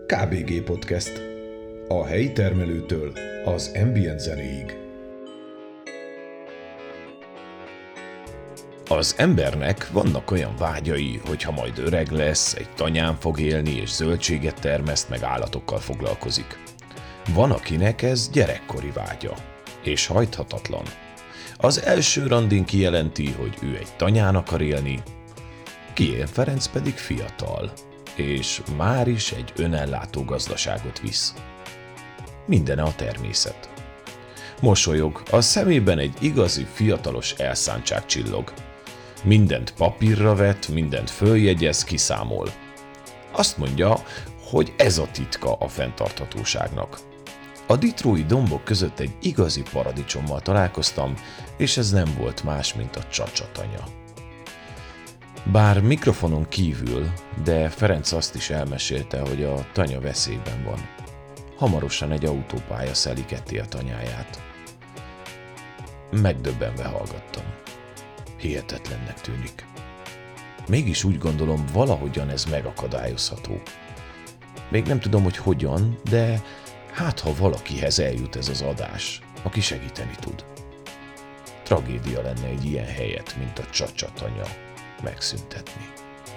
KBG Podcast. A helyi termelőtől az ambient zenéig. Az embernek vannak olyan vágyai, hogy ha majd öreg lesz, egy tanyán fog élni és zöldséget termeszt, meg állatokkal foglalkozik. Van, akinek ez gyerekkori vágya, és hajthatatlan. Az első randin kijelenti, hogy ő egy tanyán akar élni, Kiél Ferenc pedig fiatal, és már is egy önellátó gazdaságot visz. Mindene a természet. Mosolyog, a szemében egy igazi fiatalos elszántság csillog. Mindent papírra vet, mindent följegyez, kiszámol. Azt mondja, hogy ez a titka a fenntarthatóságnak. A ditrói dombok között egy igazi paradicsommal találkoztam, és ez nem volt más, mint a csacsatanya. Bár mikrofonon kívül, de Ferenc azt is elmesélte, hogy a tanya veszélyben van. Hamarosan egy autópálya szeli ketté a tanyáját. Megdöbbenve hallgattam. Hihetetlennek tűnik. Mégis úgy gondolom, valahogyan ez megakadályozható. Még nem tudom, hogy hogyan, de hát ha valakihez eljut ez az adás, aki segíteni tud. Tragédia lenne egy ilyen helyet, mint a csacsatanya megszüntetni.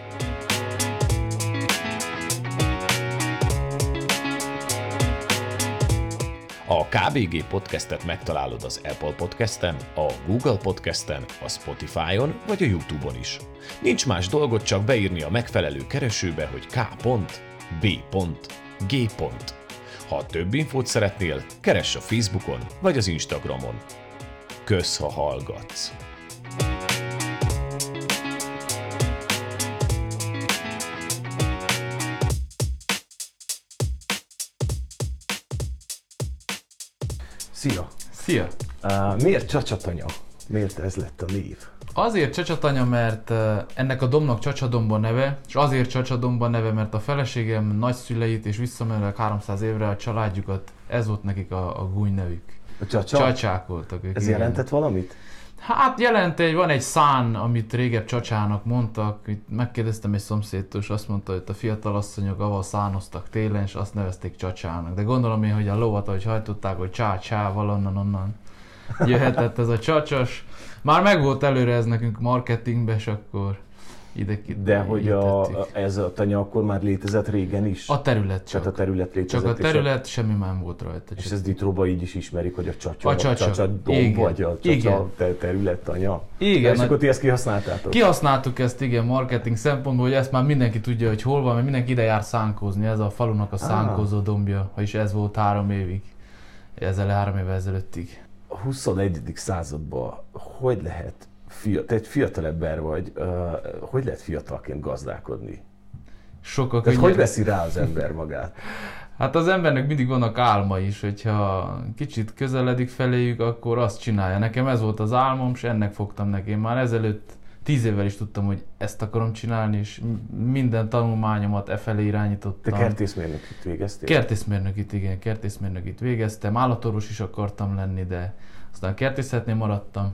A KBG Podcastet megtalálod az Apple Podcasten, a Google Podcasten, a Spotify-on vagy a YouTube-on is. Nincs más dolgot, csak beírni a megfelelő keresőbe, hogy k.b.g. Ha több infót szeretnél, keress a Facebookon vagy az Instagramon. Kösz, ha hallgatsz! Szia! Szia! Miért csacsatanya? Miért ez lett a név? Azért Csacsatanya, mert ennek a dombnak Csacsadomba neve, és azért Csacsadomba neve, mert a feleségem nagyszüleit és visszamenőleg 300 évre a családjukat, ez volt nekik a gúny nevük. A csacsa? Csacsák voltak ők. Ez igen. jelentett valamit? Hát van egy szán, amit régebb csacsának mondtak. Itt megkérdeztem egy szomszédtól, és azt mondta, hogy a fiatal asszonyok avval szánoztak télen, és azt nevezték csacsának. De gondolom én, hogy a lovat, ahogy hajtották, hogy csá-csá, valonnan-onnan jöhetett ez a csacsas. Már megvolt előre ez nekünk marketingbe, és akkor ide de hogy ez a tanya akkor már létezett régen is? A terület csak. Tehát a terület létezett. Csak a terület, semmi nem volt rajta. És ez Ditróba így is ismerik, hogy a csacsa domb, vagy a csacsa terület tanya. Igen. És akkor ti ezt kihasználtátok? Kihasználtuk ezt, igen, marketing szempontból, hogy ezt már mindenki tudja, hogy hol van, mert mindenki ide jár szánkózni. Ez a falunak a szánkózó dombja, vagyis ez volt 3 évig. Ezzel 3 évvel ezelőttig. A 21. században hogy lehet te egy fiatal ember vagy, hogy lehet fiatalként gazdálkodni? Sokkal könnyebb. Hogy veszi rá az ember magát? Hát az embernek mindig vannak álma is, hogyha kicsit közeledik feléjük, akkor azt csinálja. Nekem ez volt az álmom, és ennek fogtam neki. Én már ezelőtt 10 évvel is tudtam, hogy ezt akarom csinálni, és minden tanulmányomat efelé irányítottam. Te kertészmérnökit végeztél? Kertészmérnökit végeztem. Állatorvos is akartam lenni, de aztán kertészetnél maradtam.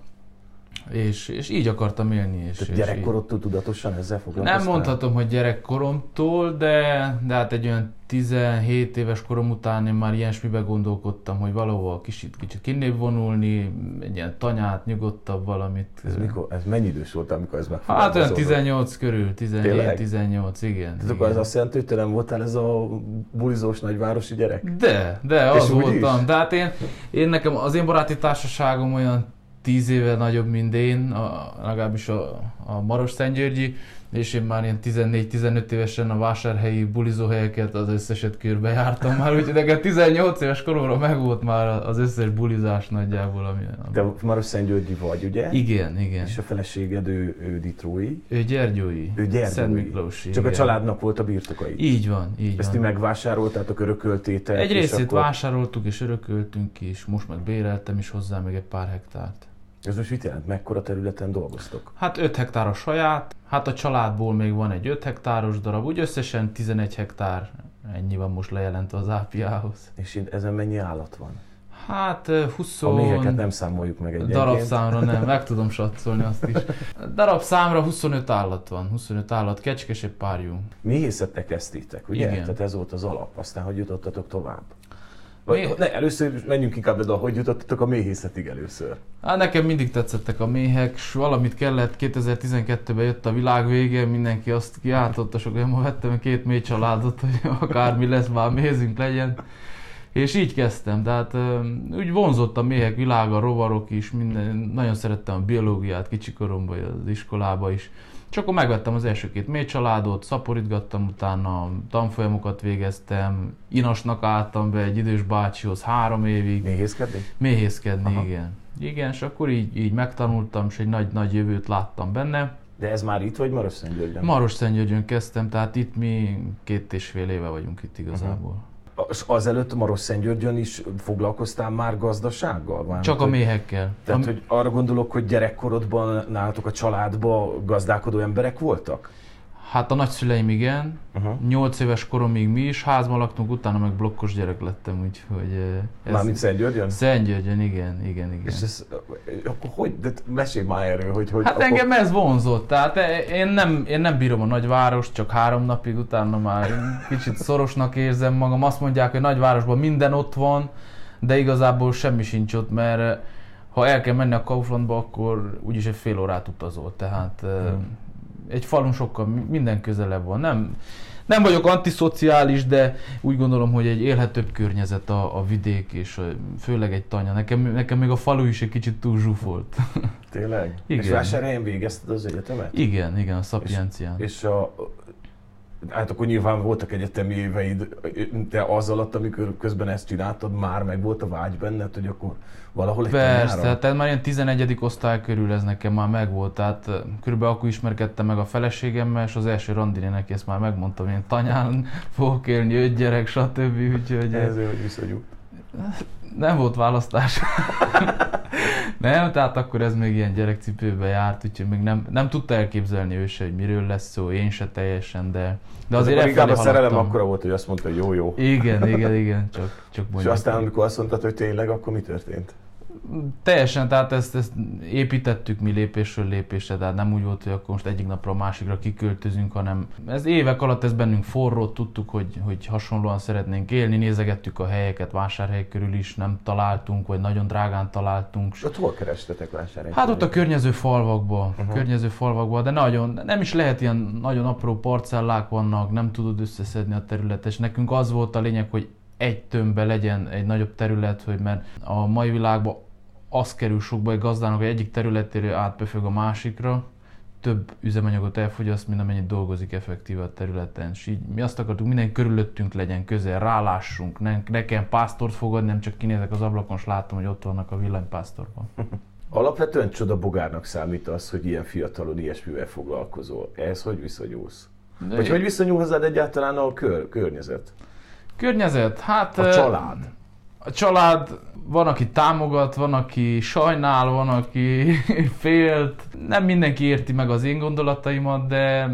És így akartam élni. Tehát gyerekkorodtól tudatosan ezzel foglalkoztál? Nem mondhatom, hogy gyerekkoromtól, de hát egy olyan 17 éves korom után én már ilyesmibe gondolkodtam, hogy valahol kicsit kinnébb vonulni, egy ilyen tanyát, nyugodtabb valamit. Ez mennyi idős volt, amikor ez megfogalmazódott? Hát olyan 18 körül, 17-18, igen. Tehát akkor ez azt jelenti, hogy te nem voltál ez a bulizós nagyvárosi gyerek? De az voltam. De hát én nekem az én baráti társaságom olyan 10 éve nagyobb, mint én, legalábbis a Maros-Szentgyörgyi, és én már ilyen 14-15 évesen a vásárhelyi bulizóhelyeket az összeset körbejártam már, úgyhogy nekem 18 éves koromra megvolt már az összes bulizás nagyjából. Ami... De Maros-Szentgyörgyi vagy, ugye? Igen. És a feleséged, ő ditrói? Ő gyergyói. Szent Miklósi. Csak igen. A családnak volt a birtokai? Így van. Ezt ti megvásároltátok, örököltétek? Egy részét vásároltuk és örököltünk is, most meg béreltem is hozzá még egy pár hektárt. Ez most mit jelent? Mekkora területen dolgoztok? Hát 5 hektár a saját, hát a családból még van egy 5 hektáros darab, úgy összesen 11 hektár, ennyi van most lejelentve az ápiához. És ezen mennyi állat van? Hát 20... A méheket nem számoljuk meg egyenként. Darabszámra nem, meg tudom satszolni azt is. Darabszámra 25 állat van, 25 állat, kecske és egy pár jó. Méhészettel kezdtétek, ugye? Igen. Tehát ez volt az alap, aztán hogy jutottatok tovább? Először menjünk inkább oda, hogy jutottatok a méhészetig először. Hát nekem mindig tetszettek a méhek, s valamit kellett, 2012-ben jött a világ vége, mindenki azt kiáltotta, sokan ma vettem 2 méh családot, hogy akármi lesz, már mézünk legyen. És így kezdtem, tehát úgy vonzott a méhek világa, rovarok is, minden, nagyon szerettem a biológiát kicsikoromban, az iskolába is. És akkor megvettem az első 2 méh családot, szaporítgattam, utána tanfolyamokat végeztem, inasnak álltam be egy idős bácsihoz 3 évig. Méhészkedni? Méhészkedni, igen. Igen, és akkor így megtanultam, és egy nagy jövőt láttam benne. De ez már itt vagy Marosszentgyörgyön? Marosszentgyörgyön kezdtem, tehát itt mi 2,5 éve vagyunk itt igazából. És azelőtt Marosszentgyörgyön is foglalkoztál már gazdasággal? Csak a méhekkel. Tehát, hogy arra gondolok, hogy gyerekkorodban nálatok a családban gazdálkodó emberek voltak? Hát a nagyszüleim igen, 8 éves koromig mi is, házban laktunk, utána meg blokkos gyerek lettem, úgyhogy... Mármint Szentgyörgyön? Szentgyörgyön, igen. És ez, hogy, de mesélj már erről, hogy... Hát akkor... engem ez vonzott, tehát én nem bírom a nagyvárost, csak 3 napig, utána már kicsit szorosnak érzem magam. Azt mondják, hogy nagyvárosban minden ott van, de igazából semmi sincs ott, mert ha el kell menni a Kauflandba, akkor úgyis egy fél órát utazol, tehát... Egy falun sokkal minden közelebb van. Nem vagyok antiszociális, de úgy gondolom, hogy egy élhetőbb környezet a vidék, és főleg egy Tanya. Nekem még a falu is egy kicsit túl zsúfolt. Tényleg? Igen. És Vásárhelyen végezted az egyetemet? Igen, a Szapiencián. És hát akkor nyilván voltak egyetemi éveid, de az alatt, amikor közben ezt csináltad, már meg volt a vágy benned, hogy akkor valahol egy Persze, tehát már ilyen 11. osztály körül ez nekem már megvolt, tehát körülbelül akkor ismerkedtem meg a feleségemmel, és az első randin neki ezt már megmondtam, én Tanyán fogok élni, 5 gyerek, stb. Úgyhogy... Ezért, hogy viszonyú. Nem volt választás. Nem, tehát akkor ez még ilyen gyerekcipőbe járt, úgyhogy még nem tudta elképzelni ő se, hogy miről lesz szó, én se teljesen, de azért elfelé haladtam. A szerelem akkora volt, hogy azt mondta, hogy jó. Igen, csak mondjuk. És aztán, amikor azt mondtad, hogy tényleg, akkor mi történt? Teljesen, tehát ezt építettük mi lépésről lépésre, tehát nem úgy volt, hogy akkor most egyik napra a másikra kiköltözünk, hanem ez évek alatt ez bennünk forrott, tudtuk, hogy hasonlóan szeretnénk élni, nézegettük a helyeket, Vásárhely körül is nem találtunk, vagy nagyon drágán találtunk. Ott hol kerestetek Vásárhely? Hát ott a környező falvakba, de nagyon, nem is lehet, ilyen nagyon apró parcellák vannak, nem tudod összeszedni a területet, és nekünk az volt a lényeg, hogy egy tömbbe legyen egy nagyobb terület, hogy mert a mai világban az kerül sokba egy gazdának, hogy egyik területéről átpöfög a másikra, több üzemanyagot elfogyaszt, mint amennyit dolgozik effektíve a területen. És így mi azt akartuk, minden körülöttünk legyen közel, rálássunk, ne kell pásztort fogadni, nem csak kinézek az ablakon, és látom, hogy ott vannak a villanypásztorban. Alapvetően csodabogárnak számít az, hogy ilyen fiatalon ilyesmivel foglalkozol. Ehhez hogy viszonyulsz? Vagy hogy viszonyul hozzád egyáltalán a környezet? Környezet? Hát... A család. A család, van, aki támogat, van, aki sajnál, van, aki félt. Nem mindenki érti meg az én gondolataimat,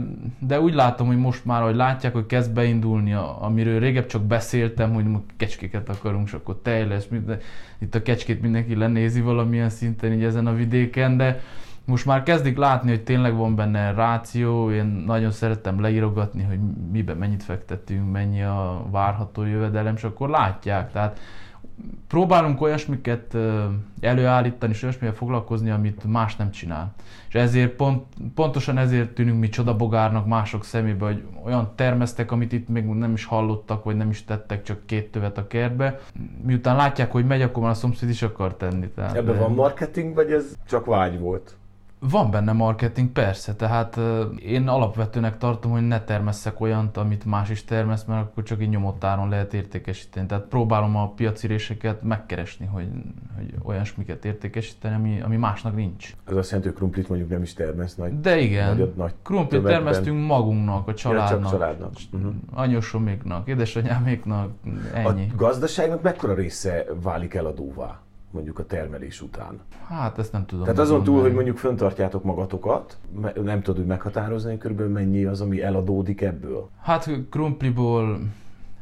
de úgy látom, hogy most már, hogy látják, hogy kezd beindulni, amiről régebb csak beszéltem, hogy kecskéket akarunk, és akkor tej lesz. Itt a kecskét mindenki lenézi valamilyen szinten így ezen a vidéken, de most már kezdik látni, hogy tényleg van benne ráció, én nagyon szerettem leírogatni, hogy miben mennyit fektetünk, mennyi a várható jövedelem, és akkor látják. Tehát próbálunk olyasmiket előállítani, és olyasmivel foglalkozni, amit más nem csinál. És ezért pontosan ezért tűnünk mi csodabogárnak mások szemébe, hogy olyan termesztek, amit itt még nem is hallottak, vagy nem is tettek, csak 2 tövet a kertbe. Miután látják, hogy megy, akkor már a szomszéd is akar tenni. Tehát, ebben van marketing, vagy ez csak vágy volt? Van benne marketing, persze, tehát én alapvetőnek tartom, hogy ne termesszek olyant, amit más is termesz, mert akkor csak így nyomott áron lehet értékesíteni. Tehát próbálom a piaciréseket megkeresni, hogy olyasmiket értékesíteni, ami másnak nincs. Ez azt jelenti, hogy krumplit mondjuk nem is termesz nagy. De igen, nagy krumplit termesztünk magunknak, a családnak, ja, családnak. Anyósoméknak, édesanyáméknak, ennyi. A gazdaságnak mekkora része válik eladóvá? Mondjuk a termelés után. Hát ezt nem tudom. Tehát azon túl, hogy mondjuk fenntartjátok magatokat, nem tudod meghatározni, körülbelül mennyi az, ami eladódik ebből? Hát krumpliból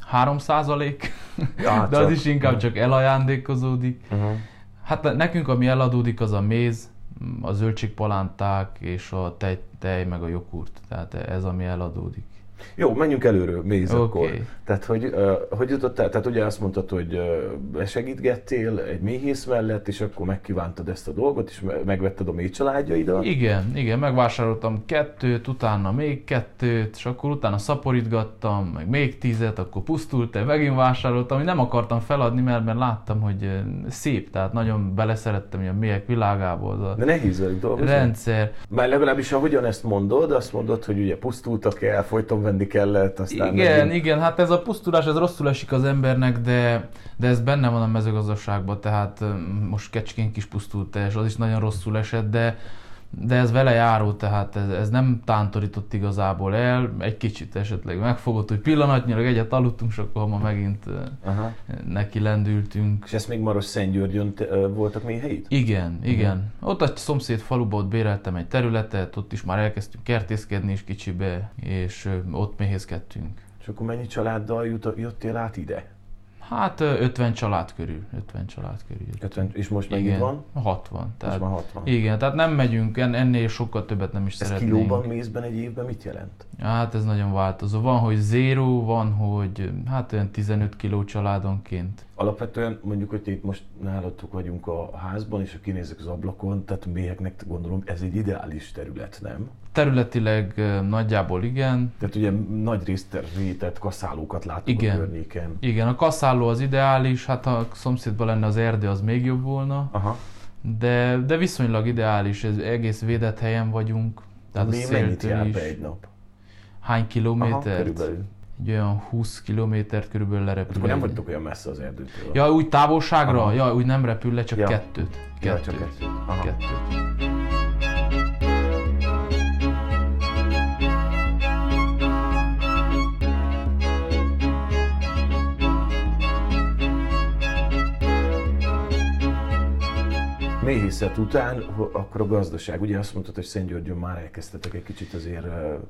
3%, de az is inkább csak elajándékozódik. Hát nekünk ami eladódik az a méz, a zöldségpalánták és a tej meg a joghurt. Tehát ez ami eladódik. Jó, menjünk előről, méz akkor. Tehát, hogy jutottál? Tehát ugye azt mondtad, hogy segítgettél egy méhész mellett, és akkor megkívántad ezt a dolgot, és megvetted a méh családjaidat? Igen, megvásároltam 2, utána még 2, és akkor utána szaporítgattam, meg még 10, akkor pusztult, megint vásároltam, amit nem akartam feladni, mert láttam, hogy szép, tehát nagyon beleszerettem a méhek világából. De nehéz velük dolgozni. Rendszer. Már legalábbis ahogyan ezt mondod, azt mondod, hogy ugye pusztultak el, folyton venni kellett, aztán... Igen, hát ez a pusztulás, ez rosszul esik az embernek, de ez benne van a mezőgazdaságban, tehát most kecskénk is pusztult el, és az is nagyon rosszul esett, de ez vele járó, tehát ez nem tántorított igazából el, egy kicsit esetleg megfogott, hogy pillanatnyilag egyet aludtunk, és akkor ma megint neki lendültünk. És ezt még Marosszentgyörgyön voltak méheid? Igen. Ott a szomszéd faluban ott béreltem egy területet, ott is már elkezdtünk kertészkedni is kicsibe, és ott méhészkedtünk. És akkor mennyi családdal jöttél át ide? Hát 50 család körül. 50, és most megint van? 60. Tehát, most már 60. Igen, tehát nem megyünk, ennél sokkal többet nem is szeretnénk. Ez kilóban, mézben egy évben mit jelent? Hát ez nagyon változó. Van, hogy 0, van, hogy hát olyan 15 kiló családonként. Alapvetően mondjuk, hogy itt most nálatok vagyunk a házban, és ha kinézek az ablakon, tehát a méheknek gondolom ez egy ideális terület, nem? Területileg nagyjából igen. Tehát ugye nagy részt rétett kaszálókat látunk a környéken. Igen, a kaszáló az ideális, hát ha a szomszédban lenne az erdő, az még jobb volna. Aha. De viszonylag ideális, ez egész védett helyen vagyunk. Tehát mi mennyit jár be egy nap? Hány kilométert? Aha, körülbelül. Egy olyan 20 kilométert körülbelül lerepül. Akkor nem vagytok olyan messze az erdőtől. Ja, úgy távolságra? Aha. Ja, úgy nem repül le, csak kettőt. Ja, csak kettőt. Aha. Méhészet után, akkor a gazdaság. Ugye azt mondtad, hogy Szentgyörgyön már elkezdtetek egy kicsit azért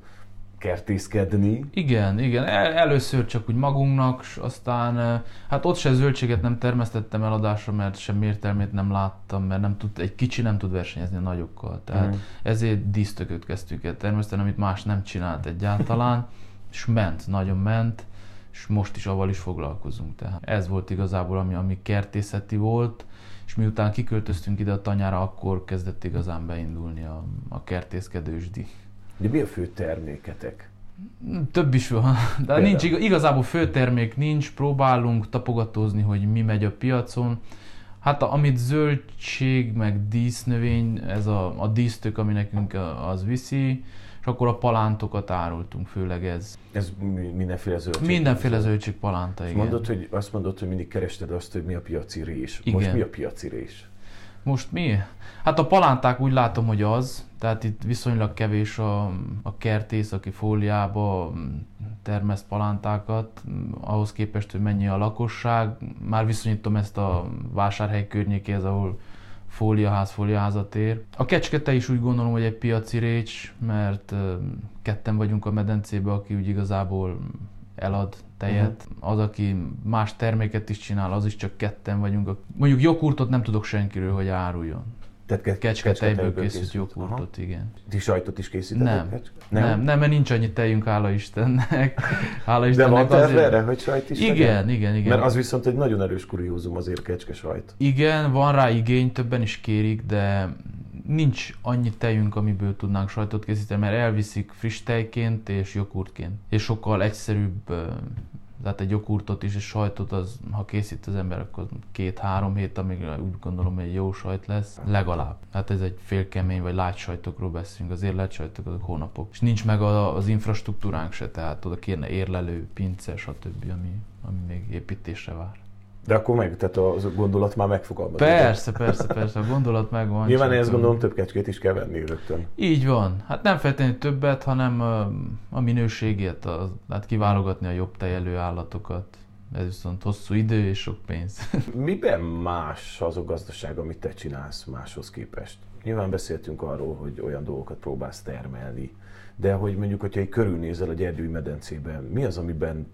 kertészkedni. Igen. Először csak úgy magunknak, aztán hát ott se zöldséget nem termesztettem eladásra, mert semmi értelmét nem láttam, mert egy kicsi nem tud versenyezni a nagyokkal. Tehát ezért dísztököt kezdtük el termeszteni, amit más nem csinált egyáltalán, és nagyon ment, és most is avval is foglalkozunk. Tehát ez volt igazából, ami kertészeti volt, és miután kiköltöztünk ide a tanyára, akkor kezdett igazán beindulni a kertészkedősdi. De mi a fő terméketek? Több is van, de nincs, igazából fő termék nincs, próbálunk tapogatózni, hogy mi megy a piacon. Hát amit zöldség, meg dísznövény, ez a dísztök, ami nekünk az viszi, és akkor a palántokat árultunk, főleg ez. Ez mindenféle zöldség? Mindenféle zöldségpalánta, igen. Azt mondod, hogy mindig kerested azt, hogy mi a piaci rés. Igen. Most mi a piaci rés? Most mi? Hát a palánták úgy látom, hogy az, tehát itt viszonylag kevés a kertész, aki fóliába termeszt palántákat, ahhoz képest, hogy mennyi a lakosság. Már viszonyítom ezt a vásárhely környékéhez, ahol fóliaházat ér. A kecskete is úgy gondolom, hogy egy piaci récs, mert ketten vagyunk a medencébe, aki úgy igazából elad tejet. Az, aki más terméket is csinál, az is csak ketten vagyunk. Mondjuk joghurtot nem tudok senkiről, hogy áruljon. Tehát kecsketejből készült joghurtot, igen. Ti sajtot is készítetek? Nem, mert nincs annyi tejünk, hála Istennek. De van terve erre, hogy sajt is igen. Mert az viszont egy nagyon erős kuriózum azért kecske sajt. Igen, van rá igény, többen is kérik, de nincs annyi tejünk, amiből tudnánk sajtot készíteni, mert elviszik friss tejként és joghurtként. És sokkal egyszerűbb, tehát egy joghurtot is és sajtot, az, ha készít az ember, akkor 2-3 hét, amíg úgy gondolom, hogy egy jó sajt lesz, legalább. Hát ez egy félkemény vagy lágy sajtokról beszélünk, az érlelt sajtok azok hónapok. És nincs meg az infrastruktúránk se, tehát oda kérne érlelő, pince, stb., ami még építésre vár. De akkor tehát a gondolat már megfogalmazott. Persze, a gondolat megvan. Nyilván ezt gondolom, több kecskét is kell venni rögtön. Így van. Hát nem feltétlenül többet, hanem a minőségét, hát kiválogatni a jobb tejelő állatokat. Ez viszont hosszú idő és sok pénz. Miben más az a gazdaság, amit te csinálsz máshoz képest? Nyilván beszéltünk arról, hogy olyan dolgokat próbálsz termelni, de hogy mondjuk, hogyha egy körülnézel a Gyergyói medencében, mi az, amiben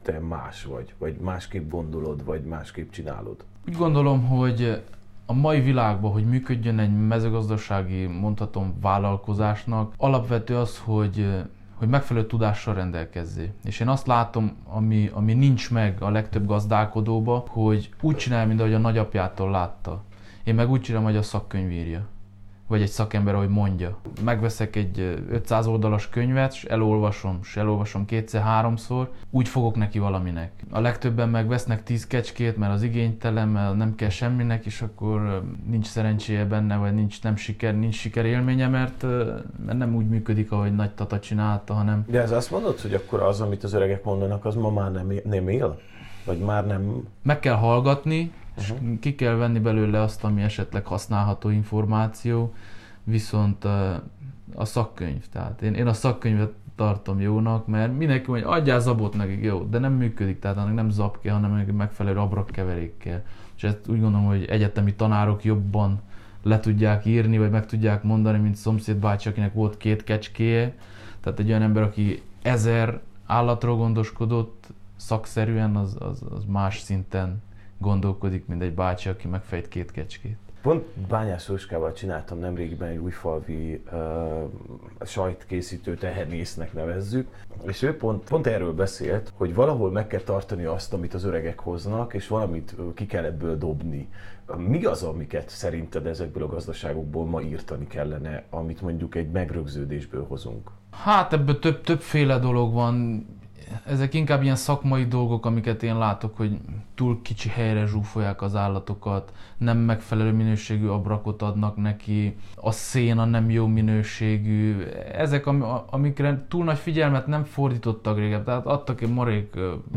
te más vagy másképp gondolod, vagy másképp csinálod? Úgy gondolom, hogy a mai világban, hogy működjön egy mezőgazdasági, mondhatom, vállalkozásnak, alapvető az, hogy megfelelő tudással rendelkezzél. És én azt látom, ami nincs meg a legtöbb gazdálkodóba, hogy úgy csinál, mint ahogy a nagyapjától látta. Én meg úgy csinálom, hogy a szakkönyv írja. Vagy egy szakember, ahogy mondja. Megveszek egy 500 oldalas könyvet, és elolvasom kétszer-háromszor, úgy fogok neki valaminek. A legtöbben meg vesznek 10 kecskét, mert az igénytelen, mert nem kell semminek, és akkor nincs szerencséje benne, vagy nincs sikerélménye, mert nem úgy működik, ahogy nagy tata csinálta, hanem... De ez azt mondod, hogy akkor az, amit az öregek mondanak, az ma már nem él? Vagy már nem... Meg kell hallgatni, és ki kell venni belőle azt, ami esetleg használható információ, viszont a szakkönyv. Tehát én a szakkönyvet tartom jónak, mert mindenki mondja, adjál zabot nekik, jó, de nem működik, tehát annak nem zab kell, hanem megfelelő abrakkeverék kell. És ezt úgy gondolom, hogy egyetemi tanárok jobban le tudják írni, vagy meg tudják mondani, mint szomszéd bácsi, akinek volt 2 kecskéje. Tehát egy olyan ember, aki 1000 állatról gondoskodott, szakszerűen, az más szinten gondolkodik, mint egy bácsi, aki megfejt 2 kecskét. Pont Bányász Jóskával csináltam nemrégiben egy újfalvi sajtkészítőt, tehenésznek nevezzük, és ő pont erről beszélt, hogy valahol meg kell tartani azt, amit az öregek hoznak, és valamit ki kell ebből dobni. Mi az, amiket szerinted ezekből a gazdaságokból ma írtani kellene, amit mondjuk egy megrögződésből hozunk? Hát ebből többféle dolog van. Ezek inkább ilyen szakmai dolgok, amiket én látok, hogy túl kicsi helyre zsúfolják az állatokat, nem megfelelő minőségű abrakot adnak neki, a széna nem jó minőségű. Ezek, amikre túl nagy figyelmet nem fordítottak régen. Tehát adtak egy marék,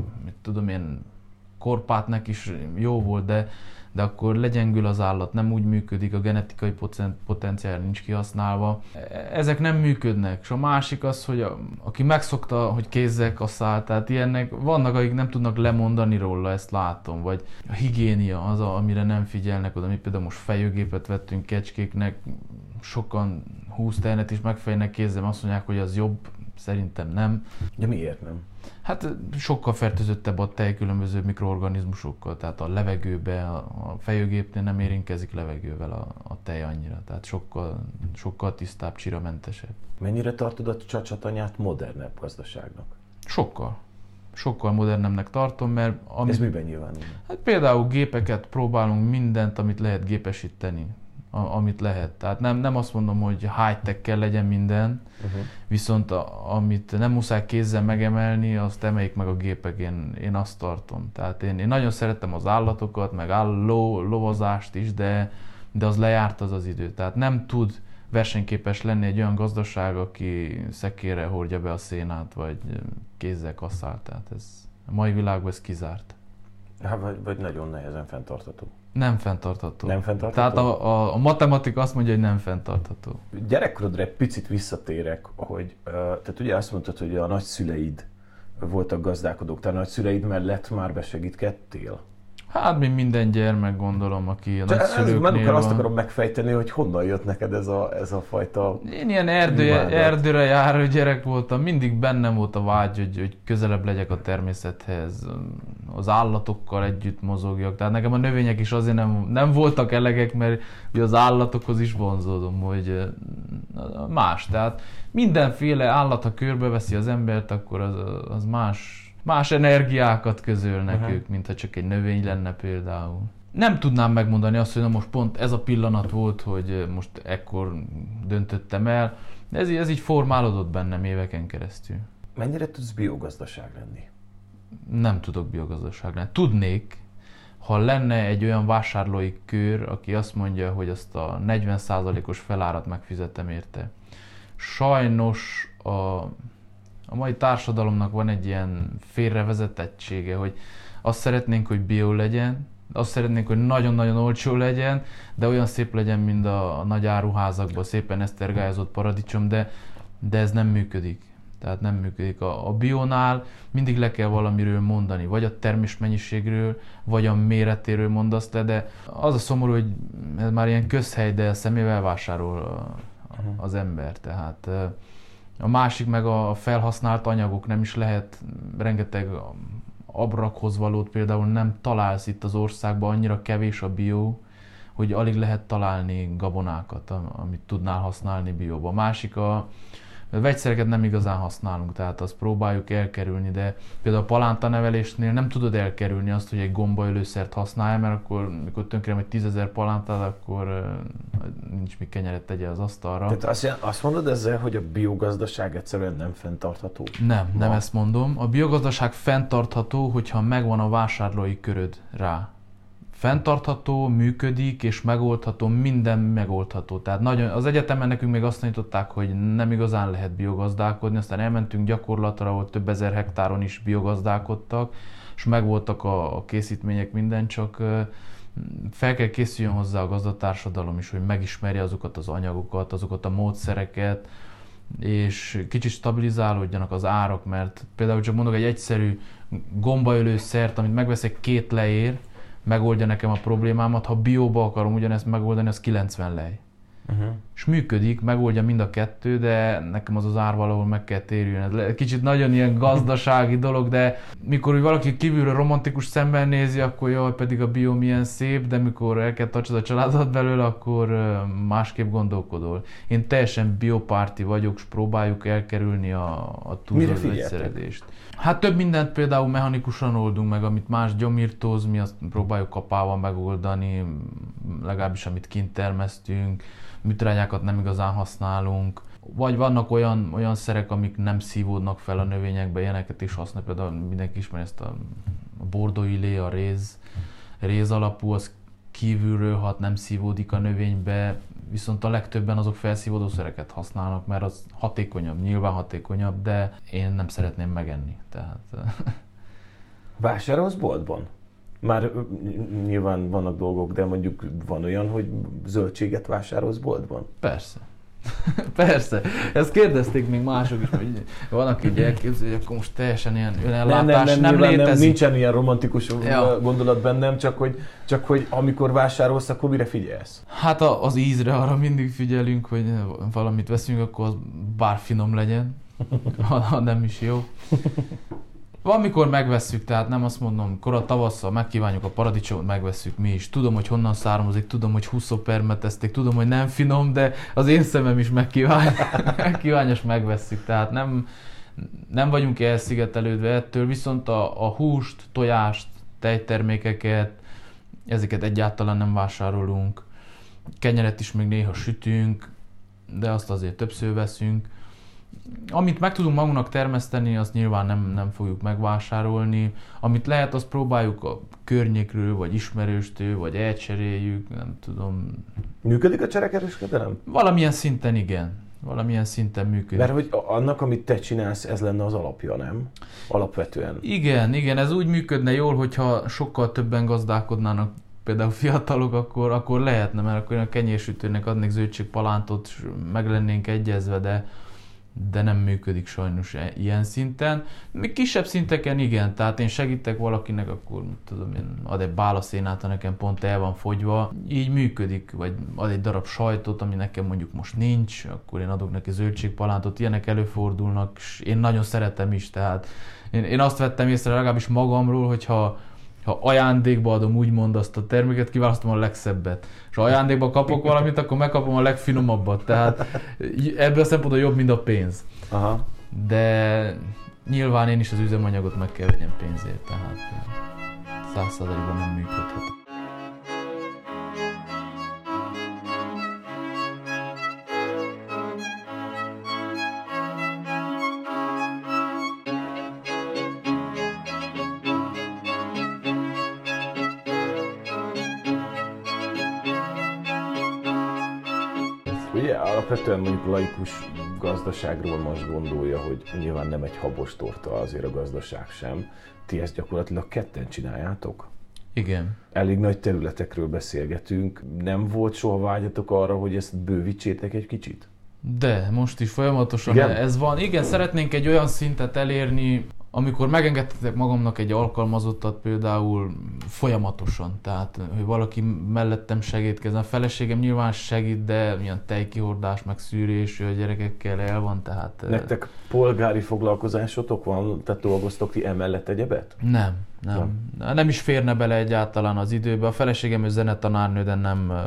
korpát is jó volt, de akkor legyengül az állat, nem úgy működik, a genetikai potenciál nincs kihasználva. Ezek nem működnek. És a másik az, hogy aki megszokta, hogy kézzel kaszál, tehát ilyenek vannak, akik nem tudnak lemondani róla, ezt látom. Vagy a higiénia az, amire nem figyelnek oda. Mi például most fejőgépet vettünk kecskéknek, sokan 20 tehenet is megfejnek kézzel, azt mondják, hogy az jobb, szerintem nem. De miért nem? Hát sokkal fertőzöttebb a tej különböző mikroorganizmusokkal, tehát a levegőbe, a fejőgépnél nem érintkezik levegővel a tej annyira, tehát sokkal tisztább, csiramentesebb. Mennyire tartod a csacsatanyát modernebb gazdaságnak? Sokkal modernebbnek tartom, mert... Ez miben nyilvánul? Hát például gépeket próbálunk, mindent, amit lehet gépesíteni. Amit lehet. Tehát nem azt mondom, hogy high-tech kell legyen minden, viszont amit nem muszáj kézzel megemelni, azt emeljék meg a gépek, én azt tartom. Tehát én nagyon szeretem az állatokat, meg lovazást is, de az lejárt az idő. Tehát nem tud versenyképes lenni egy olyan gazdaság, aki szekérre hordja be a szénát, vagy kézzel kasszál. Tehát a mai világban ez kizárt. Hát, vagy nagyon nehezen fenntartható. Nem fenntartható. Nem fenntartható? Tehát a matematika azt mondja, hogy nem fenntartható. Gyerekkorodra egy picit visszatérek, hogy tehát ugye azt mondtad, hogy a nagyszüleid voltak gazdálkodók, tehát a nagyszüleid mellett már besegítkedtél? Hát mint minden gyermek, gondolom, aki a nagyszülőknél van. Azt akarom megfejteni, hogy honnan jött neked ez a fajta... Én ilyen erdőre járó gyerek voltam, mindig bennem volt a vágy, hogy közelebb legyek a természethez, az állatokkal együtt mozogjak. Tehát nekem a növények is azért nem voltak elegek, mert az állatokhoz is vonzódom, hogy más. Tehát mindenféle állat, ha körbeveszi az embert, akkor az más energiákat közölnek ők, mintha csak egy növény lenne például. Nem tudnám megmondani azt, hogy na most pont ez a pillanat volt, hogy most ekkor döntöttem el. Ez így formálódott bennem éveken keresztül. Mennyire tudsz biogazdaság lenni? Nem tudok biogazdaság lenni. Tudnék, ha lenne egy olyan vásárlói kör, aki azt mondja, hogy azt a 40%-os felárat megfizetem érte. Sajnos a mai társadalomnak van egy ilyen félrevezetettsége, hogy azt szeretnénk, hogy bio legyen, azt szeretnénk, hogy nagyon-nagyon olcsó legyen, de olyan szép legyen, mint a nagy áruházakban, szépen esztergályozott paradicsom, de ez nem működik. Tehát nem működik. A bionál mindig le kell valamiről mondani, vagy a termésmennyiségről, vagy a méretéről mondasz le, de az a szomorú, hogy ez már ilyen közhely, de szemével vásárol az ember. Tehát a másik meg a felhasznált anyagok, nem is lehet rengeteg abrakhoz valót például nem találsz itt az országban, annyira kevés a bio, hogy alig lehet találni gabonákat, amit tudnál használni bióba. Másik a vegyszereket nem igazán használunk, tehát azt próbáljuk elkerülni, de például a palántanevelésnél nem tudod elkerülni azt, hogy egy gombaölőszert használj, mert akkor, mikor tönkre egy 10 000 palántát, akkor nincs mi kenyeret tegye az asztalra. Tehát azt mondod ezzel, hogy a biogazdaság egyszerűen nem fenntartható? Nem ezt mondom. A biogazdaság fenntartható, hogyha megvan a vásárlói köröd rá. Fenntartható, működik és megoldható, minden megoldható. Tehát nagyon, az egyetemen nekünk még azt tanították, hogy nem igazán lehet biogazdálkodni, aztán elmentünk gyakorlatra, ahol több ezer hektáron is biogazdálkodtak, és megvoltak a készítmények, minden, csak fel kell készüljön hozzá a gazdatársadalom is, hogy megismerje azokat az anyagokat, azokat a módszereket, és kicsit stabilizálódjanak az árak, mert például csak mondok egy egyszerű gombaölőszert, amit megveszek 2 lejér, megoldja nekem a problémámat, ha bióba akarom ugyanezt megoldani, az 90 lej. És működik, megoldja mind a 2, de nekem az ár valahol meg kell térjön. Ez kicsit nagyon ilyen gazdasági dolog, de mikor úgy valaki kívülről romantikus szemben nézi, akkor jaj, pedig a bio milyen szép, de mikor el kell tartsad a családot belőle, akkor másképp gondolkodol. Én teljesen biopárti vagyok, és próbáljuk elkerülni a túlzott vegyszerezést. Hát több mindent például mechanikusan oldunk meg, amit más gyomírtóz, mi azt próbáljuk kapával megoldani, legalábbis amit kint termesztünk, műtrágyákat nem igazán használunk, vagy vannak olyan szerek, amik nem szívódnak fel a növényekbe, ilyeneket is használ, például mindenki ismeri ezt a bordeaux-illet, a réz alapú, az kívülről hat, nem szívódik a növénybe, viszont a legtöbben azok felszívódó szereket használnak, mert az hatékonyabb, nyilván hatékonyabb, de én nem szeretném megenni. Tehát... Vásárolsz boltban? Már nyilván vannak dolgok, de mondjuk van olyan, hogy zöldséget vásárolsz boltban? Persze. Persze. Ezt kérdezték még mások is, hogy van, aki így elképzelje, hogy akkor most teljesen ilyen önellátás nem létezik. Nincsen ilyen romantikus gondolat bennem, csak hogy amikor vásárolsz, akkor mire figyelsz? Hát az ízre arra mindig figyelünk, hogy valamit veszünk, akkor az bár finom legyen, ha nem is jó. Van, mikor megvesszük, tehát nem azt mondom, korai tavasszal megkívánjuk a paradicsomot, megvesszük mi is. Tudom, hogy honnan származik, tudom, hogy 20 permetezték, tudom, hogy nem finom, de az én szemem is megkívánja, és megvesszük. Tehát nem vagyunk elszigetelődve ettől, viszont a húst, tojást, tejtermékeket, ezeket egyáltalán nem vásárolunk. Kenyeret is még néha sütünk, de azt azért többször veszünk. Amit meg tudunk magunknak termeszteni, azt nyilván nem fogjuk megvásárolni. Amit lehet, azt próbáljuk a környékről, vagy ismerőstől, vagy elcseréljük, nem tudom. Működik a cserekereskedelem? Valamilyen szinten igen. Valamilyen szinten működik. Mert hogy annak, amit te csinálsz, ez lenne az alapja, nem? Alapvetően. Igen, ez úgy működne jól, hogyha sokkal többen gazdálkodnának, például fiatalok, akkor lehetne, mert akkor a kenyérsütőnek adnék zöldségpalántot, meg lennénk egyezve, de nem működik sajnos ilyen szinten. Még kisebb szinteken igen, tehát én segítek valakinek, akkor tudom én, ad egy bálaszénát, ha nekem pont el van fogyva, így működik, vagy ad egy darab sajtot, ami nekem mondjuk most nincs, akkor én adok neki zöldségpalántot, ilyenek előfordulnak, és én nagyon szeretem is, tehát én azt vettem észre legalábbis magamról, hogyha ajándékba adom úgymond azt a terméket, kiválasztom a legszebbet. És ha ajándékba kapok valamit, akkor megkapom a legfinomabbat. Tehát ebből a szempontból jobb, mint a pénz. Aha. De nyilván én is az üzemanyagot meg kell vegyem pénzért, tehát 100%-ban nem működhet. Ugye alapvetően mondjuk laikus gazdaságról most gondolja, hogy nyilván nem egy habos torta azért a gazdaság sem. Ti ezt gyakorlatilag ketten csináljátok? Igen. Elég nagy területekről beszélgetünk. Nem volt soha vágyatok arra, hogy ezt bővítsétek egy kicsit? De most is folyamatosan ez van. Igen, szeretnénk egy olyan szintet elérni, amikor megengedhetek magamnak egy alkalmazottat például folyamatosan, tehát hogy valaki mellettem segítkezzen. A feleségem nyilván segít, de milyen tejkihordás, meg szűrés, a gyerekekkel el van, tehát... Nektek polgári foglalkozásotok van, tehát dolgoztok ti emellett egyebet? Nem is férne bele egyáltalán az időbe. A feleségem zenetanárnő, de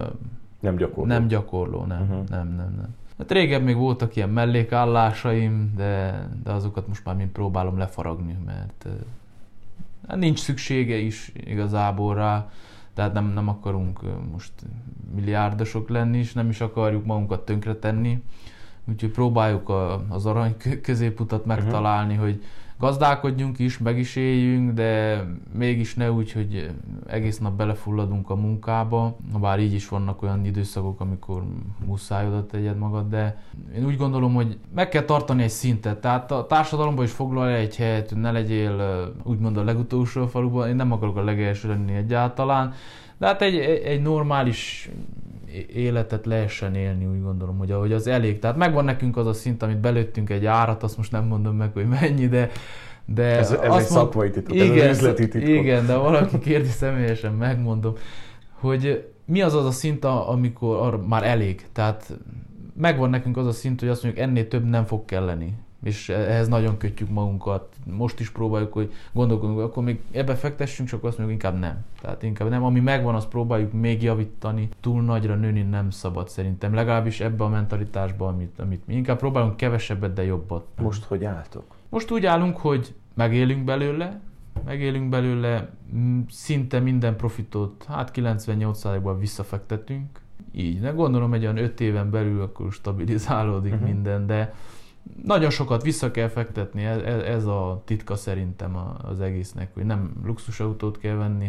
nem gyakorló. Nem. Hát régebb még voltak ilyen mellékállásaim, de azokat most már mind próbálom lefaragni, mert nincs szüksége is igazából rá, tehát nem akarunk most milliárdosok lenni, és nem is akarjuk magunkat tönkretenni, úgyhogy próbáljuk az arany középutat megtalálni, hogy gazdálkodjunk is, meg is éljünk, de mégis ne úgy, hogy egész nap belefulladunk a munkába, bár így is vannak olyan időszakok, amikor muszáj oda tegyed magad, de én úgy gondolom, hogy meg kell tartani egy szintet, tehát a társadalomban is foglalja egy helyet, hogy ne legyél úgymond a legutolsó faluban, én nem akarok a legelső lenni egyáltalán, de hát egy normális életet lehessen élni, úgy gondolom, hogy az elég. Tehát megvan nekünk az a szint, amit belőttünk egy árat, azt most nem mondom meg, hogy mennyi, de ez egy szakmai titok, ez az üzleti titok. Igen, de valaki kérdi, személyesen megmondom, hogy mi az a szint, amikor már elég. Tehát megvan nekünk az a szint, hogy azt mondjuk ennél több nem fog kelleni. És ehhez nagyon kötjük magunkat. Most is próbáljuk, hogy gondolkodunk, hogy akkor még ebbe fektessünk, csak azt mondjuk inkább nem. Tehát inkább nem. Ami megvan, azt próbáljuk még javítani. Túl nagyra nőni nem szabad szerintem. Legalábbis ebbe a mentalitásba, amit mi inkább próbálunk kevesebbet, de jobbat. Most hogy álltok? Most úgy állunk, hogy megélünk belőle, szinte minden profitot, 98%-ban visszafektetünk. Így, de gondolom, egy olyan 5 éven belül akkor stabilizálódik minden, de nagyon sokat vissza kell fektetni, ez a titka szerintem az egésznek, hogy nem luxusautót kell venni,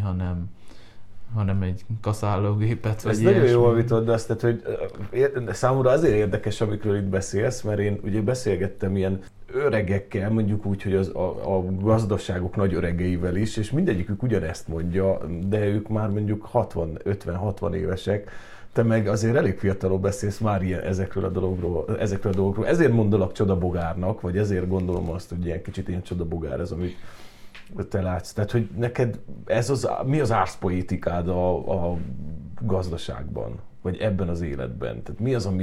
hanem egy kaszálógépet. Ez nagyon jól vitod, de azt, tehát, hogy számomra azért érdekes, amikről itt beszélsz, mert én ugye beszélgettem ilyen öregekkel, mondjuk úgy, hogy a gazdaságok nagy öregeivel is, és mindegyikük ugyanezt mondja, de ők már mondjuk 50-60 évesek, te meg azért elég fiatalról beszélsz már ezekről a dolgokról. Ezért mondolak csodabogárnak, vagy ezért gondolom azt, hogy ilyen kicsit ilyen csodabogár ez, amit te látsz. Tehát, hogy neked mi az árszpoétikád a gazdaságban, vagy ebben az életben? Tehát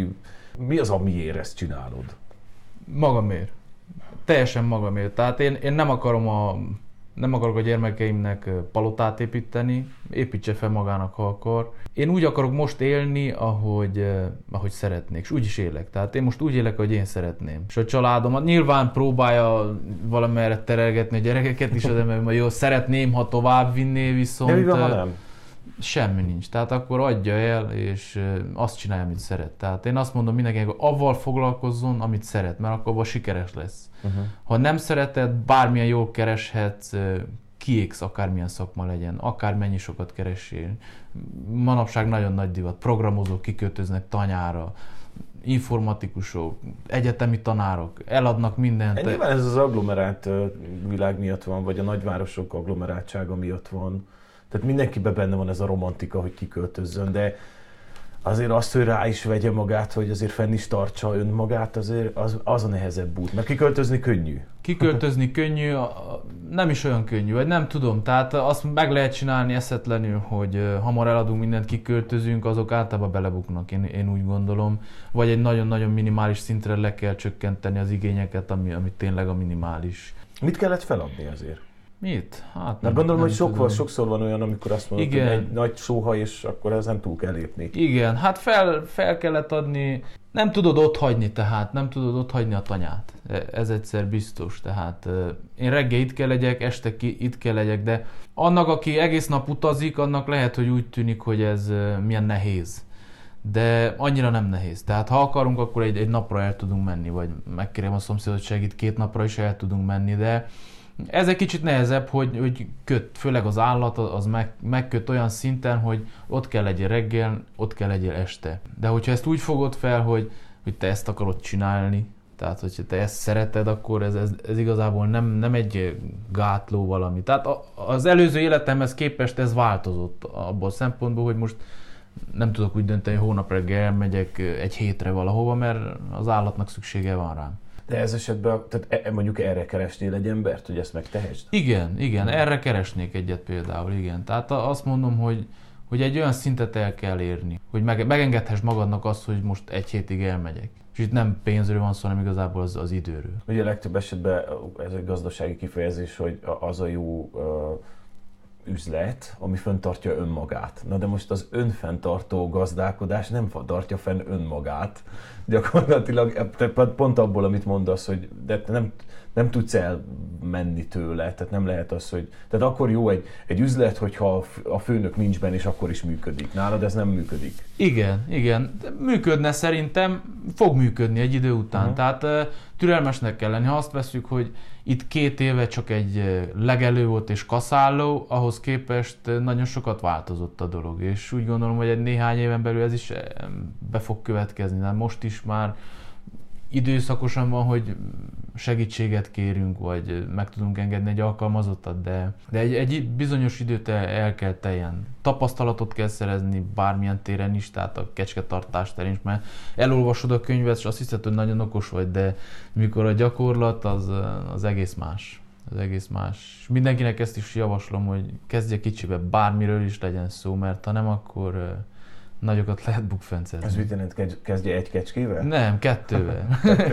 mi az, amiért ezt csinálod? Magamért. Teljesen magamért. Tehát én nem akarok a gyermekeimnek palotát építeni, építse fel magának, ha akar. Én úgy akarok most élni, ahogy szeretnék, és úgy is élek. Tehát én most úgy élek, ahogy én szeretném. És a családomat nyilván próbálja valamerre terelgetni a gyerekeket is, de mert jó, szeretném, ha tovább vinné, viszont... De mi van, ha nem? Semmi nincs. Tehát akkor adja el, és azt csinálja, amit szeret. Tehát én azt mondom mindenkinek, hogy avval foglalkozzon, amit szeret, mert akkor abban sikeres lesz. Ha nem szereted, bármilyen jól kereshetsz, kiégsz, akármilyen szakma legyen, akármennyi sokat keressél. Manapság nagyon nagy divat. Programozók kiköltöznek tanyára, informatikusok, egyetemi tanárok, eladnak mindent. Nyilván ez az agglomerált világ miatt van, vagy a nagyvárosok agglomeráltsága miatt van. Tehát mindenkiben benne van ez a romantika, hogy kiköltözzön, de azért azt, hogy rá is vegye magát, hogy azért fenn is tartsa önmagát, azért az a nehezebb út, mert kiköltözni könnyű. Kiköltözni könnyű, nem is olyan könnyű, vagy nem tudom, tehát azt meg lehet csinálni eszetlenül, hogy hamar eladunk mindent, kiköltözünk, azok általában belebuknak, én úgy gondolom, vagy egy nagyon-nagyon minimális szintre le kell csökkenteni az igényeket, ami tényleg a minimális. Mit kellett feladni azért? Mit? Hát nem, gondolom, hogy sokszor van olyan, amikor azt mondod, hogy egy nagy sóha, és akkor ezen túl kell lépni. Igen, hát fel kellett adni, nem tudod otthagyni tehát, nem tudod otthagyni a tanyát. Ez egyszer biztos, tehát én reggel itt kell legyek, este itt kell legyek, de annak, aki egész nap utazik, annak lehet, hogy úgy tűnik, hogy ez milyen nehéz. De annyira nem nehéz. Tehát ha akarunk, akkor egy napra el tudunk menni, vagy megkérem a szomszédot, hogy segít, 2 napra is el tudunk menni, de ez egy kicsit nehezebb, hogy köt, főleg az állat, az megköt olyan szinten, hogy ott kell legyél reggel, ott kell legyél este. De hogyha ezt úgy fogod fel, hogy te ezt akarod csinálni, tehát hogyha te ezt szereted, akkor ez igazából nem egy gátló valami. Tehát az előző életemhez képest ez változott abban a szempontból, hogy most nem tudok úgy dönteni, hogy hónap reggel elmegyek egy hétre valahova, mert az állatnak szüksége van rám. De ez esetben, tehát mondjuk erre keresnél egy embert, hogy ezt megtehessd? Igen, erre keresnék egyet például, igen. Tehát azt mondom, hogy egy olyan szintet el kell érni, hogy megengedhess magadnak azt, hogy most egy hétig elmegyek. És itt nem pénzről van szó, hanem igazából az időről. Ugye a legtöbb esetben ez egy gazdasági kifejezés, hogy az a jó üzlet, ami fenntartja önmagát. Na de most az önfenntartó gazdálkodás nem tartja fenn önmagát. Gyakorlatilag pont abból, amit mondasz, hogy de nem tudsz elmenni tőle, tehát nem lehet az, hogy... Tehát akkor jó egy üzlet, hogyha a főnök nincs benne, és akkor is működik. Nálad ez nem működik. Igen. Működne szerintem, fog működni egy idő után. Tehát türelmesnek kell lenni. Ha azt veszük, hogy itt 2 éve csak egy legelő volt és kaszálló, ahhoz képest nagyon sokat változott a dolog. És úgy gondolom, hogy egy néhány éven belül ez is be fog következni. De most is már időszakosan van, hogy segítséget kérünk, vagy meg tudunk engedni egy alkalmazottat, de egy bizonyos időt el kell teljen. Tapasztalatot kell szerezni bármilyen téren is, tehát a kecsketartás terén is, mert elolvasod a könyvet, és azt hiszed, hogy nagyon okos vagy, de mikor a gyakorlat, az egész más. Az egész más. És mindenkinek ezt is javaslom, hogy kezdje kicsibe, bármiről is legyen szó, mert ha nem, akkor nagyokat lehet bukfencezni. Ez mit jelent, kezdje egy kecskével? Nem, 2-vel.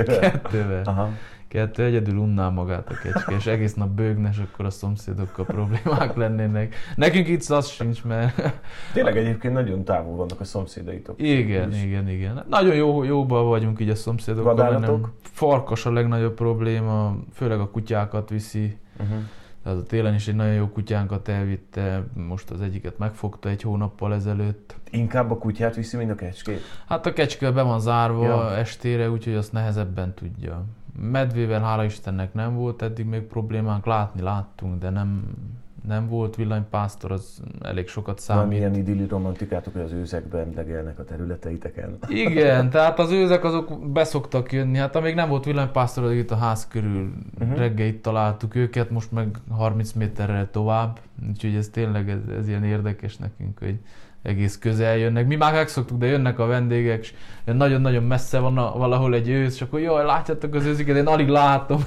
2-vel. Aha. 2 egyedül unná magát a kecske, és egész nap bőgne, és akkor a szomszédokkal problémák lennének. Nekünk itt az sincs, mert... Tényleg egyébként nagyon távol vannak a szomszédaitok. Igen. Nagyon jóban vagyunk így a szomszédokkal. Vadállatok? Farkas a legnagyobb probléma, főleg a kutyákat viszi. Tehát a télen is egy nagyon jó kutyánkat elvitte, most az egyiket megfogta 1 hónappal ezelőtt. Inkább a kutyát viszi, mint a kecskét? Hát a kecske be van zárva estére, úgyhogy azt nehezebben tudja. Medvével hála Istennek nem volt eddig még problémánk, láttunk, de nem volt villanypásztor, az elég sokat számít. Van ilyen idilli romantikátok, hogy az őzekben legelnek a területeiteken? Igen, tehát az őzek azok beszoktak jönni, hát amíg nem volt villanypásztor, addig itt a ház körül reggel itt találtuk őket, most meg 30 méterrel tovább, úgyhogy ez tényleg ez ilyen érdekes nekünk, hogy egész közel jönnek. Mi már megszoktuk, de jönnek a vendégek, és nagyon-nagyon messze van valahol egy ősz, és akkor jaj, látjátok az őziket, én alig látom.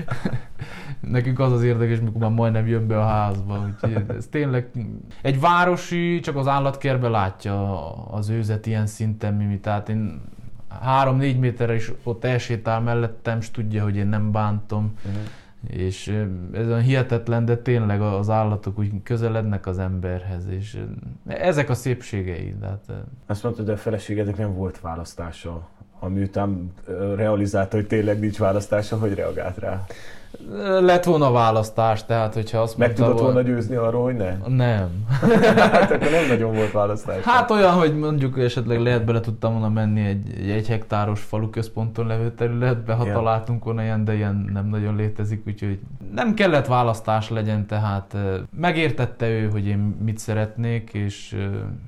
Nekünk az érdekes, mikor már majdnem jön be a házba. Úgyhogy ez tényleg egy városi csak az állatkertben látja az őzet ilyen szinten, tehát én 3-4 méterre is ott elsétál mellettem, és tudja, hogy én nem bántom. És ez olyan hihetetlen, de tényleg az állatok úgy közelednek az emberhez, és ezek a szépségei. Tehát... Azt mondtad, hogy a feleségednek nem volt választása, ami után realizálta, hogy tényleg nincs választása, hogy reagált rá? Lett volna választás, tehát hogyha azt mondta... Meg tudott volna győzni arról, hogy nem? Nem. Hát akkor nem nagyon volt választás. Hát olyan, hogy mondjuk esetleg lehet bele tudtam volna menni egy hektáros faluközponton levő területbe, ha találtunk volna ilyen, de ilyen nem nagyon létezik, úgyhogy nem kellett választás legyen, tehát megértette ő, hogy én mit szeretnék, és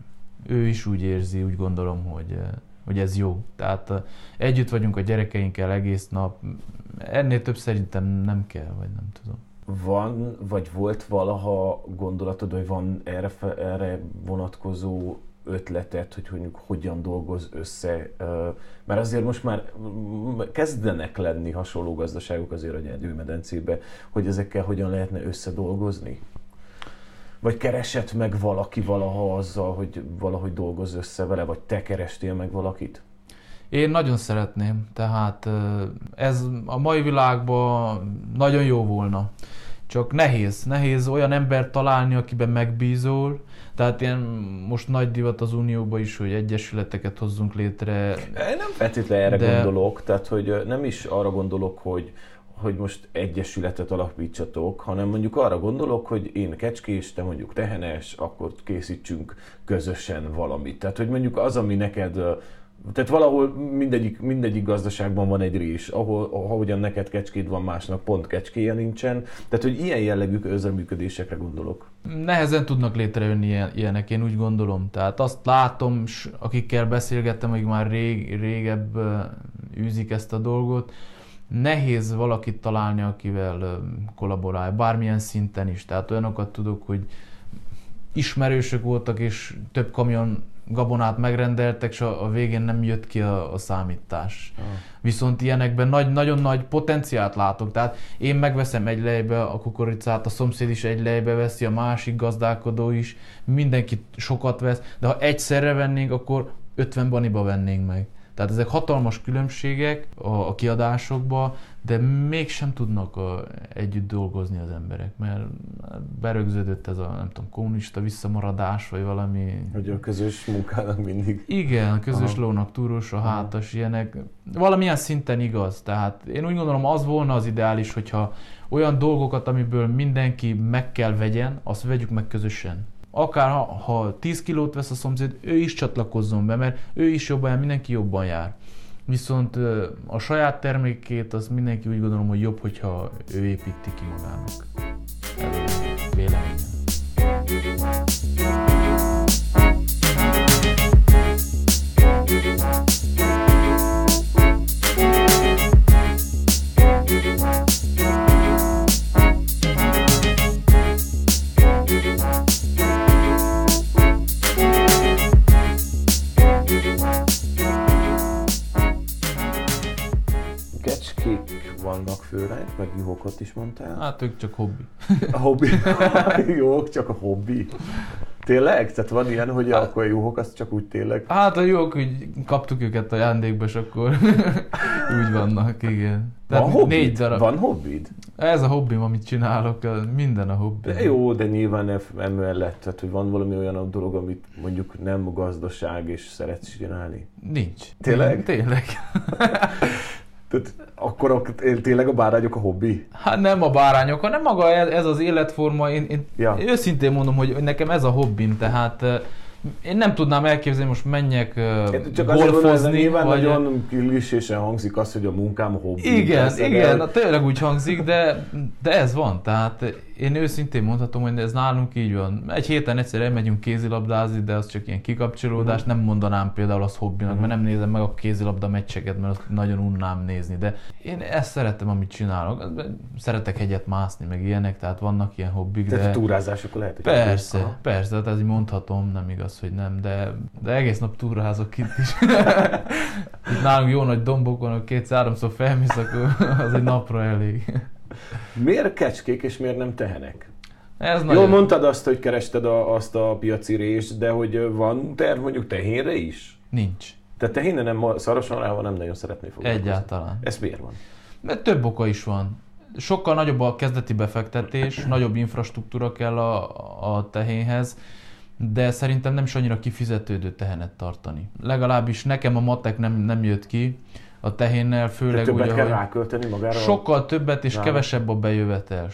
ő is úgy érzi, úgy gondolom, hogy ez jó. Tehát együtt vagyunk a gyerekeinkkel egész nap, ennél több szerintem nem kell, vagy nem tudom. Van, vagy volt valaha gondolatod, hogy van erre vonatkozó ötleted, hogy mondjuk hogyan dolgoz össze? Mert azért most már kezdenek lenni hasonló gazdaságok azért a Erdőmedencébe, hogy ezekkel hogyan lehetne összedolgozni? Vagy keresett meg valaki valaha azzal, hogy valahogy dolgozz össze vele, vagy te kerestél meg valakit? Én nagyon szeretném, tehát ez a mai világban nagyon jó volna. Csak nehéz olyan embert találni, akiben megbízol. Tehát ilyen most nagy divat az Unióban is, hogy egyesületeket hozzunk létre. Nem feltétlenül erre gondolok, tehát hogy nem is arra gondolok, hogy most egyesületet alapítsatok, hanem mondjuk arra gondolok, hogy én kecskés, te mondjuk tehenes, akkor készítsünk közösen valamit. Tehát, hogy mondjuk az, ami neked, tehát valahol mindegyik gazdaságban van egy rés, ahogyan neked kecskéd van, másnak pont kecskéje nincsen. Tehát, hogy ilyen jellegű közreműködésekre gondolok. Nehezen tudnak létrejönni ilyenek, én úgy gondolom. Tehát azt látom, akikkel beszélgettem, akik már régebb űzik ezt a dolgot, nehéz valakit találni, akivel kollaborálj, bármilyen szinten is. Tehát olyanokat tudok, hogy ismerősök voltak, és több kamion gabonát megrendeltek, és a végén nem jött ki a számítás. Viszont ilyenekben nagyon nagy potenciált látok. Tehát én megveszem egy lejbe a kukoricát, a szomszéd is egy lejbe veszi, a másik gazdálkodó is, mindenki sokat vesz, de ha egyszerre vennénk, akkor 50 baniba vennénk meg. Tehát ezek hatalmas különbségek a kiadásokban, de mégsem tudnak együtt dolgozni az emberek, mert berögződött ez a, nem tudom, kommunista visszamaradás, vagy valami... Hogy a közös munkának mindig... Igen, a közös lónak túros, a hátas, ilyenek. Valamilyen szinten igaz, tehát én úgy gondolom, az volna az ideális, hogyha olyan dolgokat, amiből mindenki meg kell vegyen, azt vegyük meg közösen. Akár ha 10 kilót vesz a szomszéd, ő is csatlakozzon be, mert ő is jobban jár, mindenki jobban jár. Viszont a saját termékét az mindenki úgy gondolom, hogy jobb, hogyha ő építi ki magának. Ez a véleményem. Vannak főleg, meg juhokot is mondtál. Hát ők csak hobbi. A hobbi? Juhok csak a hobbi? Tényleg? Tehát van ilyen, hogy akkor a juhok az csak úgy tényleg? Hát a juhok, úgy kaptuk őket ajándékba, és akkor úgy vannak, igen. Van hobbid? Van hobbid? Ez a hobbim, amit csinálok, minden a hobbi. De jó, de nyilván emellett, tehát hogy van valami olyan dolog, amit mondjuk nem a gazdaság, és szeretsz csinálni? Nincs. Tényleg? Tényleg. Tehát akkor tényleg a bárányok a hobbi? Hát nem a bárányok, hanem maga ez az életforma. Én őszintén mondom, hogy nekem ez a hobbim, tehát én nem tudnám elképzelni, most menjek golfozni. Nyilván vagy... nagyon klisésen hangzik az, hogy a munkám a hobbi. Igen, tényleg úgy hangzik, de ez van. Tehát én őszintén mondhatom, hogy ez nálunk így van. Egy héten egyszer elmegyünk kézilabdázni, de az csak ilyen kikapcsolódás. Nem mondanám például azt hobbinak, mert nem nézem meg a kézilabda meccseket, mert azt nagyon unnám nézni. De én ezt szeretem, amit csinálok. Szeretek hegyet mászni, meg ilyenek, tehát vannak ilyen hobbik. Tehát túrázások lehet, hogy... Persze, tehát ez így mondhatom, nem igaz, hogy nem, de egész nap túrázok itt is. Itt nálunk jó nagy dombokon, hogy 2-3-szor felmész, akkor az egy napra elég. Miért kecskék és miért nem tehenek? Ez jól nagyon... mondtad azt, hogy kerested azt a piaci rést, de hogy van terv mondjuk tehénre is? Nincs. Tehát tehénre nem, szarvasmarhával nem nagyon szeretné foglalkozni? Egyáltalán. Ez miért van? Mert több oka is van. Sokkal nagyobb a kezdeti befektetés, nagyobb infrastruktúra kell a tehénhez, de szerintem nem is annyira kifizetődő tehenet tartani. Legalábbis nekem a matek nem jött ki a tehénnel, főleg többet ugye, kell rákölteni magára? Sokkal többet és kevesebb a bejövetel,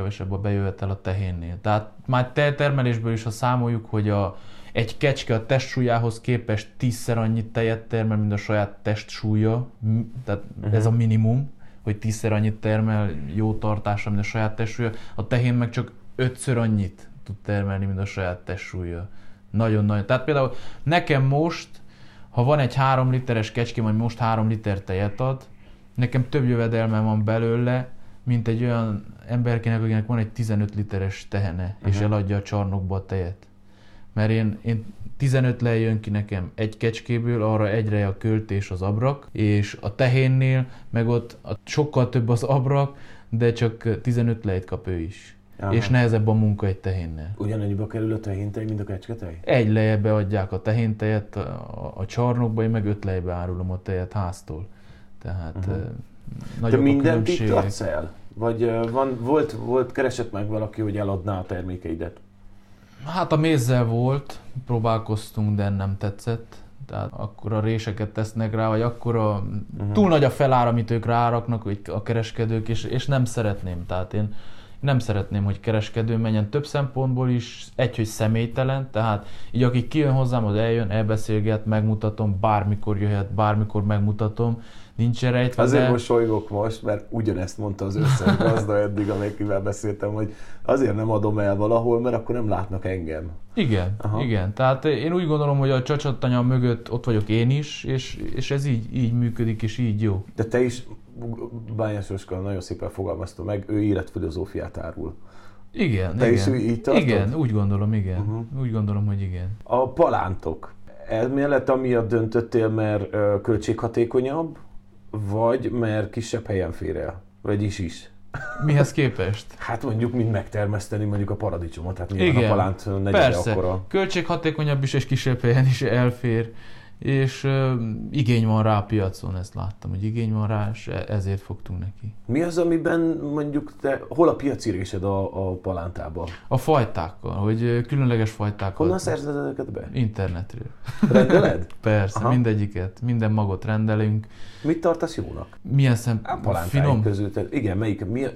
a tehénnél. Tehát már tejtermelésből is, ha számoljuk, hogy egy kecske a testsúlyához képest 10-szer annyit tejet termel, mint a saját testsúlya, tehát ez a minimum, hogy 10-szer annyit termel jó tartásra, mint a saját testsúlya, a tehén meg csak 5-ször annyit tud termelni, mint a saját testsúlya. Nagyon-nagyon. Tehát például nekem most, ha van egy 3 literes kecském, vagy most 3 liter tejet ad, nekem több jövedelmem van belőle, mint egy olyan emberkének, akinek van egy 15 literes tehene, és eladja a csarnokba a tejet. Mert én 15 lej jön ki nekem egy kecskéből, arra egyre a költés az abrak, és a tehénnél meg ott sokkal több az abrak, de csak 15 lejt kap ő is. Aha. És nehezebb a munka egy tehénnel. Ugyanannyiba kerül a tehéntej, mint a kecsketej? Egy lejbe adják a tehéntejet a csarnokba, én meg 5 lejbe árulom a tejet háztól. Tehát nagyobb a mindent itt adsz el? Vagy keresett meg valaki, hogy eladná a termékeidet? Hát a mézzel volt, próbálkoztunk, de nem tetszett. Tehát akkora réseket tesznek rá, vagy akkora túl nagy a felár, amit ők ráraknak a kereskedők, és nem szeretném. Tehát én nem szeretném, hogy kereskedő menjen több szempontból is, hogy személytelen, tehát így aki kijön hozzám, az eljön, elbeszélget, megmutatom, bármikor jöhet, bármikor megmutatom, nincs rejtve. Azért mosolygok most, mert ugyanezt mondta az összes gazda eddig, amikivel beszéltem, hogy azért nem adom el valahol, mert akkor nem látnak engem. Igen. Tehát én úgy gondolom, hogy a csacsattanya mögött ott vagyok én is, és ez így működik, és így jó. De te is, Bányás Jóska nagyon szépen fogalmazta meg, ő életfilozófiát árul. Igen. Te is így tartod? Igen, úgy gondolom, igen. Úgy gondolom, hogy igen. A palántok. Elmélet amiatt döntöttél, mert költséghatékonyabb, vagy mert kisebb helyen fér el? Vagy is? Mihez képest? Hát mondjuk, mint megtermeszteni mondjuk a paradicsomot, hát nyilván a palánt negyede akkora. Költséghatékonyabb is és kisebb helyen is elfér, és igény van rá a piacon, ezt láttam, hogy igény van rá, és ezért fogtunk neki. Mi az, amiben mondjuk hol a piacirésed a palántába? A fajtákkal, hogy különleges fajtákkal. Honnan szerzed ezeket be? Internetről. Rendeled? Persze, aha. Mindegyiket, minden magot rendelünk. Mit tartasz jónak? Milyen szempontból? Finom? Közül, tehát igen,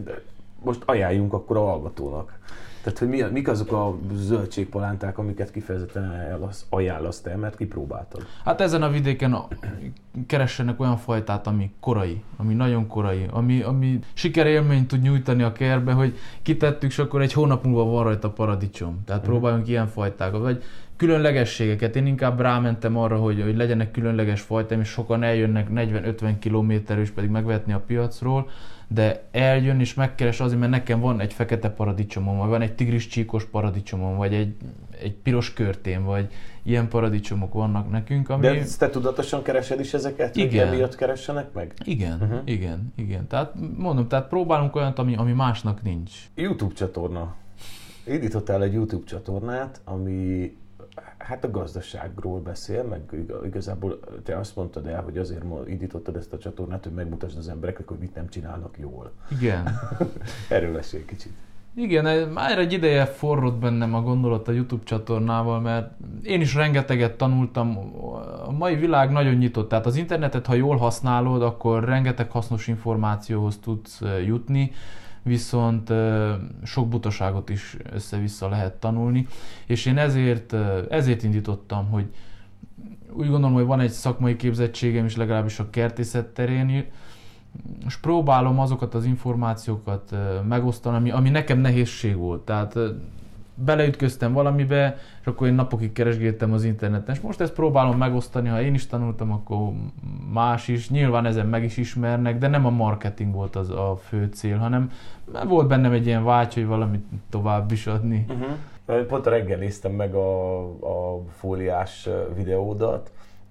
most ajánljunk akkor a hallgatónak. Tehát, hogy mik azok a zöldségpalánták, amiket kifejezetten ajánlasz te, mert kipróbáltad? Hát ezen a vidéken keressenek olyan fajtát, ami korai, ami nagyon korai, ami sikerélményt tud nyújtani a kertbe, hogy kitettük, és akkor egy hónap múlva van rajta paradicsom. Tehát próbáljunk ilyen fajtákat, vagy különlegességeket. Én inkább rámentem arra, hogy legyenek különleges fajták, és sokan eljönnek 40-50 kilométerről, és pedig megvetni a piacról, de eljön és megkeres azért, mert nekem van egy fekete paradicsomom, vagy van egy tigris csíkos paradicsomom, vagy egy piros körtém, vagy ilyen paradicsomok vannak nekünk, ami... De te tudatosan keresed is ezeket, hogy emiatt keressenek meg? Igen, igen. Tehát mondom, próbálunk olyat, ami másnak nincs. YouTube csatorna. Indítottál egy YouTube csatornát, ami hát a gazdaságról beszél, meg igazából te azt mondtad el, hogy azért indítottad ezt a csatornát, hogy megmutasd az embereknek, hogy mit nem csinálnak jól. Igen. Erről lesz egy kicsit. Igen, már egy ideje forrott bennem a gondolat a YouTube csatornával, mert én is rengeteget tanultam. A mai világ nagyon nyitott, tehát az internetet, ha jól használod, akkor rengeteg hasznos információhoz tudsz jutni, viszont sok butaságot is össze-vissza lehet tanulni, és én ezért indítottam, hogy úgy gondolom, hogy van egy szakmai képzettségem is legalábbis a kertészet terén, és próbálom azokat az információkat megosztani, ami nekem nehézség volt. Tehát beleütköztem valamibe, és akkor én napokig keresgéltem az interneten, és most ezt próbálom megosztani, ha én is tanultam, akkor más is. Nyilván ezen meg is ismernek, de nem a marketing volt az a fő cél, hanem volt bennem egy ilyen vágy, hogy valamit tovább is adni. Pont reggel néztem meg a fóliás videódat,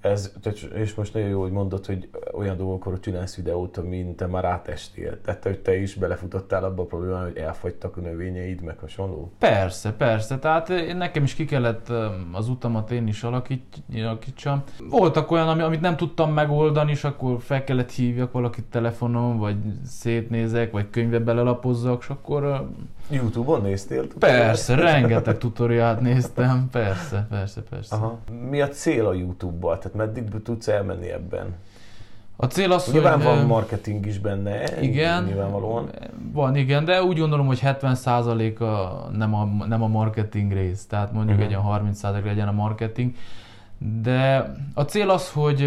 és most nagyon jó, hogy mondod, hogy olyan dolgokról csinálsz videót, amin te már átestél. Tehát, hogy te is belefutottál abba a problémába, hogy elfagytak a növényeid, meg hasonló? Persze. Tehát nekem is ki kellett az utamat én is alakítsam. Voltak olyan, amit nem tudtam megoldani, és akkor fel kellett hívjak valakit telefonon, vagy szétnézek, vagy könyvbe belelapozzak, és akkor... YouTube-on néztél? Persze, rengeteg tutoriát néztem, persze. Aha. Mi a cél a YouTube-ban? Tehát meddig tudsz elmenni ebben? A cél az, nyilván hogy... van marketing is benne, igen, nyilvánvalóan. Van, igen, de úgy gondolom, hogy 70%-a nem a marketing rész, tehát mondjuk egy olyan 30% legyen a marketing. De a cél az, hogy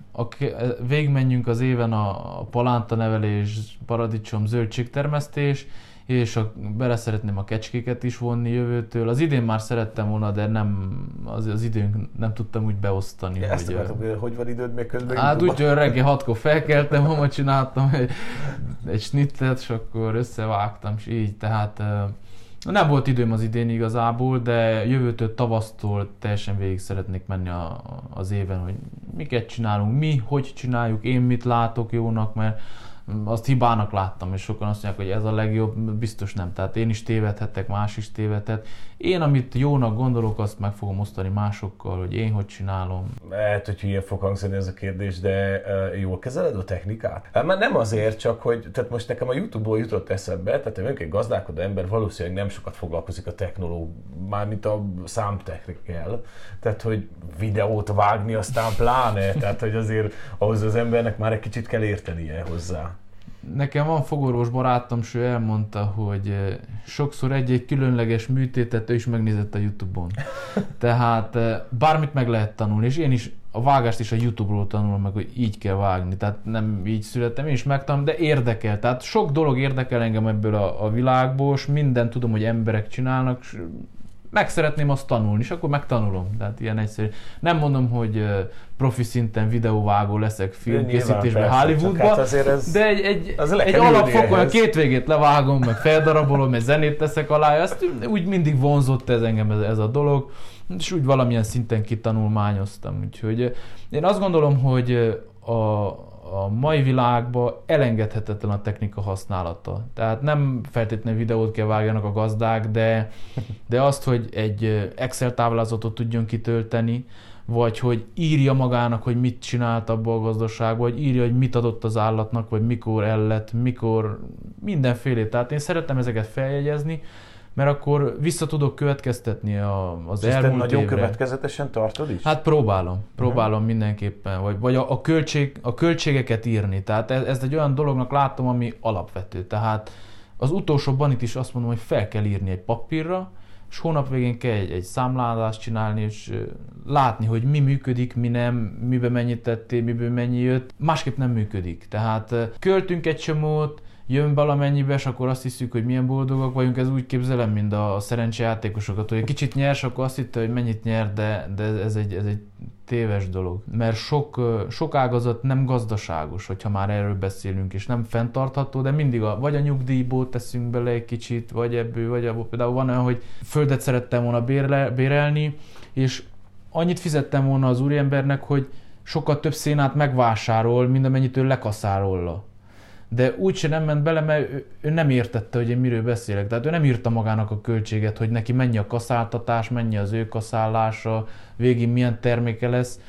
végigmenjünk az éven a palántanevelés, paradicsom, zöldségtermesztés, és bele szeretném a kecskéket is vonni jövőtől. Az idén már szerettem volna, de nem, az időnk nem tudtam úgy beosztani. Ezt hogy van időd még közben? Hát úgy, hogy reggel 6-kor felkeltem, ma csináltam egy snittet, és akkor összevágtam, és így, tehát nem volt időm az idén igazából, de jövőtől, tavasztól teljesen végig szeretnék menni az éven, hogy miket csinálunk, hogy csináljuk, én mit látok jónak, mert azt hibának láttam, és sokan azt mondják, hogy ez a legjobb, biztos nem. Tehát én is tévedhetek, más is tévedhet. Én, amit jónak gondolok, azt meg fogom osztani másokkal, hogy én hogy csinálom. Lehet, hogy hülye fog hangzani ez a kérdés, de jól kezeled a technikát? Hát már nem azért, csak hogy, tehát most nekem a YouTube-ból jutott eszembe, tehát mondjuk egy gazdálkodó ember valószínűleg nem sokat foglalkozik a mármint a számtechnikkel, tehát hogy videót vágni, aztán pláne, tehát hogy azért ahhoz az embernek már egy kicsit kell értenie hozzá. Nekem van fogorvos barátom, és ő elmondta, hogy sokszor egy-egy különleges műtétet ő is megnézett a YouTube-on. Tehát bármit meg lehet tanulni, és én is a vágást is a YouTube-ról tanulom meg, hogy így kell vágni. Tehát nem így születtem, én is megtanulom, de érdekel. Tehát sok dolog érdekel engem ebből a világból, és mindent tudom, hogy emberek csinálnak, meg szeretném azt tanulni, és akkor megtanulom. Tehát ilyen egyszerű. Nem mondom, hogy profi szinten videóvágó leszek filmkészítésben Hollywoodba, hát de egy alapfokon 2 végét levágom, meg feldarabolom, egy zenét teszek alá, azt úgy mindig vonzott engem ez a dolog, és úgy valamilyen szinten kitanulmányoztam. Úgyhogy én azt gondolom, hogy a mai világban elengedhetetlen a technika használata. Tehát nem feltétlenül videót kell vágjanak a gazdák, de azt, hogy egy Excel táblázatot tudjon kitölteni, vagy hogy írja magának, hogy mit csinált abban a gazdaságban, vagy írja, hogy mit adott az állatnak, vagy mikor ellett, mikor mindenfélét. Tehát én szeretem ezeket feljegyezni, mert akkor vissza tudok következtetni az elmúlt évre. Nagyon következetesen tartod is? Hát próbálom mindenképpen, vagy a költségeket írni. Tehát ez egy olyan dolognak látom, ami alapvető. Tehát az utolsó banit is azt mondom, hogy fel kell írni egy papírra, és hónap végén kell egy számlálást csinálni, és látni, hogy mi működik, mi nem, mibe mennyit tettél, miből mennyi jött. Másképp nem működik. Tehát költünk egy csomót, jön valamennyibe, és akkor azt hiszük, hogy milyen boldogak vagyunk, ez úgy képzelem, mint a szerencsejátékosokat, hogy egy kicsit nyers, akkor azt hitte, hogy mennyit nyer, de ez egy téves dolog. Mert sok ágazat nem gazdaságos, hogyha már erről beszélünk, és nem fenntartható, de mindig vagy a nyugdíjból teszünk bele egy kicsit, vagy ebből, vagy abból. Például van olyan, hogy földet szerettem volna bérelni, és annyit fizettem volna az úriembernek, hogy sokkal több szénát megvásárol, mint amennyit ő lekaszárolna. De úgyse nem ment bele, mert ő nem értette, hogy én miről beszélek. Tehát ő nem írta magának a költséget, hogy neki mennyi a kaszáltatás, mennyi az ő kaszálása, végén milyen terméke lesz.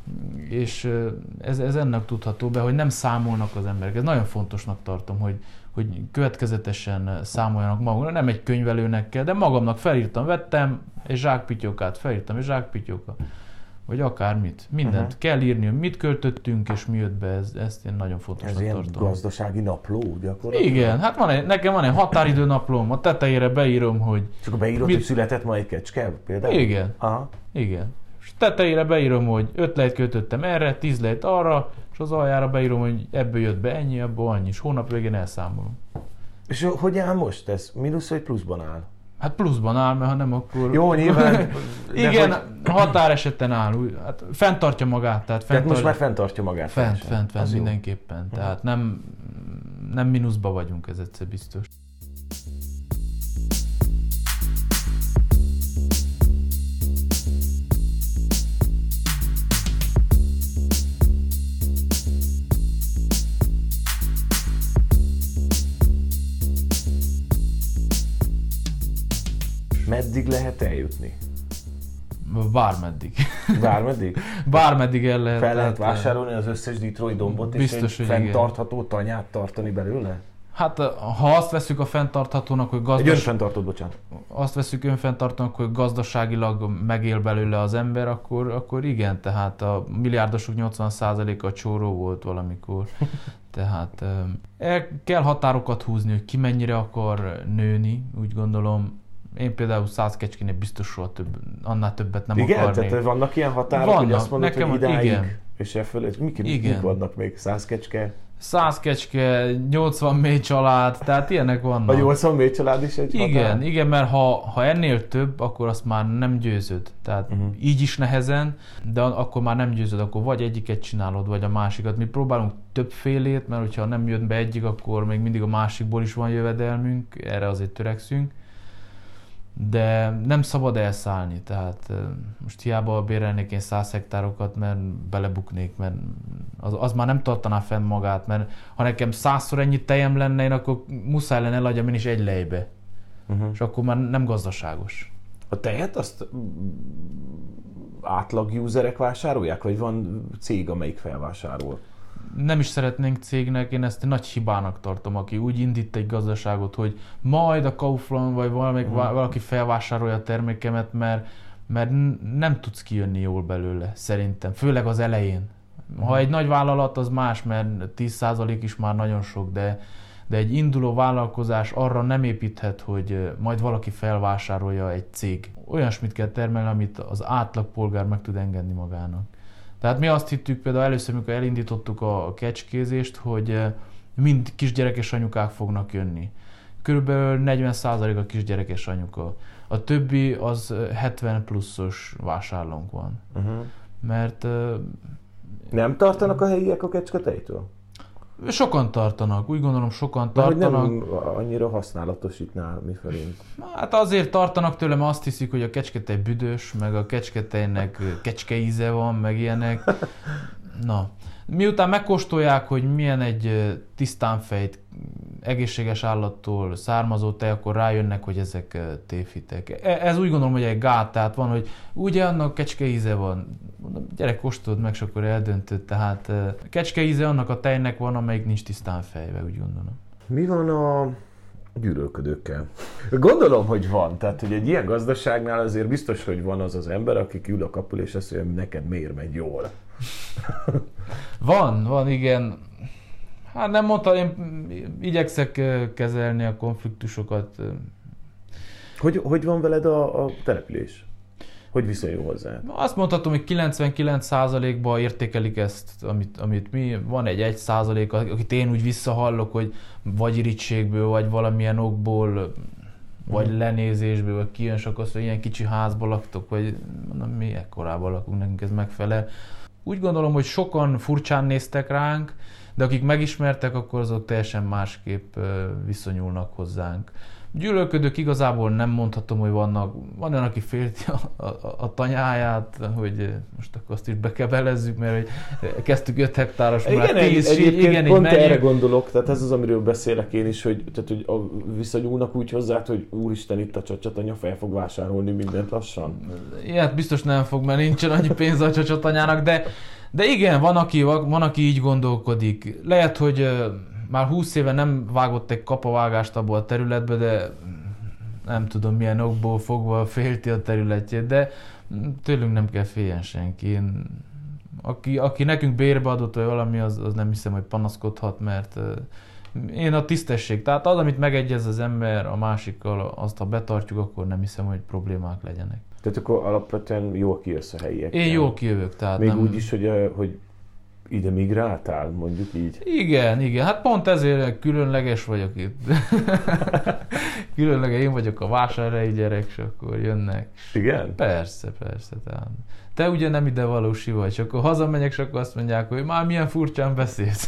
És ez ennek tudható be, hogy nem számolnak az emberek. Ez nagyon fontosnak tartom, hogy következetesen számoljanak maguknak. Nem egy könyvelőnek kell, de magamnak felírtam, vettem egy zsákpityókát, felírtam egy zsákpityókát. Vagy akármit. Mindent kell írni, hogy mit költöttünk, és mi jött be, ezt én nagyon fontosnak tartom. Ez ilyen gazdasági napló gyakorlatilag? Igen, hát nekem van egy határidő naplóm, a tetejére beírom, hogy... Csak beírod, hogy született ma egy kecske például? Igen. Aha. Igen. És tetejére beírom, hogy 5 lejt költöttem erre, 10 lejt arra, és az aljára beírom, hogy ebből jött be ennyi, ebből annyi, és hónap végén elszámolom. És hogy áll most ez? Mínusz vagy pluszban áll? Hát pluszban áll, mert ha nem, akkor... Jó, nyilván. Igen, hogy... határeseten áll. Hát fenntartja magát. Tehát most már fenntartja magát. Fent, mindenképpen. Tehát nem mínuszba vagyunk, ez egyszer biztos. Meddig lehet eljutni? Bármeddig. Bármeddig? Bármeddig el lehet. Fel lehet vásárolni az összes Detroit dombot, biztos, és egy fenntartható tanyát tartani belőle? Hát ha azt veszük a fenntarthatónak, hogy egy önfenntartót, bocsánat. Azt veszük önfenntartónak, hogy gazdaságilag megél belőle az ember, akkor igen, tehát a milliárdosok 80%-a csóró volt valamikor. Tehát el kell határokat húzni, hogy ki mennyire akar nőni, úgy gondolom. Én például 100 kecskénél biztos soha annál többet nem akarnék. Igen, tehát vannak ilyen határok, hogy azt mondod, hogy idáig, igen. És elfölött, mik vannak még? 100 kecske? 100 kecske, 80 mély család, tehát ilyenek vannak. A 80 mély család is egy határ? Igen, mert ha ennél több, akkor azt már nem győzöd. Tehát így is nehezen, de akkor már nem győzöd, akkor vagy egyiket csinálod, vagy a másikat. Mi próbálunk többfélét, mert hogyha nem jön be egyik, akkor még mindig a másikból is van jövedelmünk, erre azért törekszünk. De nem szabad elszállni, tehát most hiába bérelnék én 100 hektárokat, mert belebuknék, mert az már nem tartaná fenn magát, mert ha nekem 100-szor ennyi tejem lenne, én akkor muszáj lenne eladjam én is egy lejbe, és akkor már nem gazdaságos. A tejet azt átlag userek vásárolják, vagy van cég, amelyik felvásárol? Nem is szeretnénk cégnek, én ezt egy nagy hibának tartom, aki úgy indít egy gazdaságot, hogy majd a Kaufland vagy valaki felvásárolja a termékemet, mert nem tudsz kijönni jól belőle, szerintem, főleg az elején. Ha egy nagy vállalat, az más, mert 10% is már nagyon sok, de egy induló vállalkozás arra nem építhet, hogy majd valaki felvásárolja egy cég. Olyasmit kell termelni, amit az átlagpolgár meg tud engedni magának. Tehát mi azt hittük például először, amikor elindítottuk a kecskézést, hogy mind kisgyerekes anyukák fognak jönni. körülbelül 40% a kisgyerekes anyuka. A többi az 70 pluszos vásárlónk van. Mert... Nem tartanak a helyiek a kecsketejtől? Sokan tartanak, úgy gondolom sokan tartanak. Hogy nem annyira használatos itt mi szerint? Hát azért tartanak tőle, mert azt hiszik, hogy a kecsketej büdös, meg a kecsketejnek kecskeíze van, meg ilyenek. Na, miután megkóstolják, hogy milyen egy tisztánfejt, egészséges állattól származó tej, akkor rájönnek, hogy ezek tévhitek. Ez úgy gondolom, hogy egy gát, tehát van, hogy ugye annak kecskeíze van. Mondom, gyerek, kóstold meg, és akkor eldöntöd. Tehát kecskeíze annak a tejnek van, amelyik nincs tisztán fejve, úgy gondolom. Mi van a gyűlölködőkkel? Gondolom, hogy van. Tehát, hogy egy ilyen gazdaságnál azért biztos, hogy van az az ember, aki ül a kapul, és azt mondja, hogy neked miért megy jól. Van, igen. Hát nem mondta, én igyekszek kezelni a konfliktusokat. Hogy van veled a település? Hogy viszonyul hozzá? Azt mondhatom, hogy 99%-ban értékelik ezt, amit mi. Van egy 1%, akit én úgy visszahallok, hogy vagy irítségből, vagy valamilyen okból, vagy lenézésből, vagy kijön, és akkor ilyen kicsi házba laktok, vagy mondom, mi ekkorában lakunk, nekünk ez megfelel. Úgy gondolom, hogy sokan furcsán néztek ránk, de akik megismertek, akkor azok teljesen másképp viszonyulnak hozzánk. Gyűlölködők igazából nem mondhatom, hogy van olyan, aki félti a tanyáját, hogy most akkor azt is bekebelezzük, mert hogy kezdtük 5 hektáros, már 10 igen, pont erre gondolok, tehát ez az, amiről beszélek én is, hogy viszonyulnak úgy hozzá, hogy úristen, itt a csacsatanya fel fog vásárolni mindent lassan. Ilyet biztos nem fog, mert nincsen annyi pénz a csacsatanyának, de igen, van, aki így gondolkodik. Lehet, hogy már 20 éve nem vágott egy kapavágást abból a területbe, de nem tudom milyen okból fogva félti a területét, de tőlünk nem kell féljen senki. Aki nekünk bérbe adott, vagy valami, az nem hiszem, hogy panaszkodhat, mert én a tisztesség. Tehát az, amit megegyez az ember a másikkal, azt ha betartjuk, akkor nem hiszem, hogy problémák legyenek. Tehát akkor alapvetően jól kijössz a helyiekkel. Én jól kijövök, tehát még nem... úgy is, hogy ide migráltál, mondjuk így. Igen, hát pont ezért különleges vagyok itt. Különleges, én vagyok a vásárhelyi gyerek, és akkor jönnek. Igen? Persze. Tehát. Te ugye nem ide valósi vagy, és akkor hazamegyek, és akkor azt mondják, hogy már milyen furcsán beszélsz.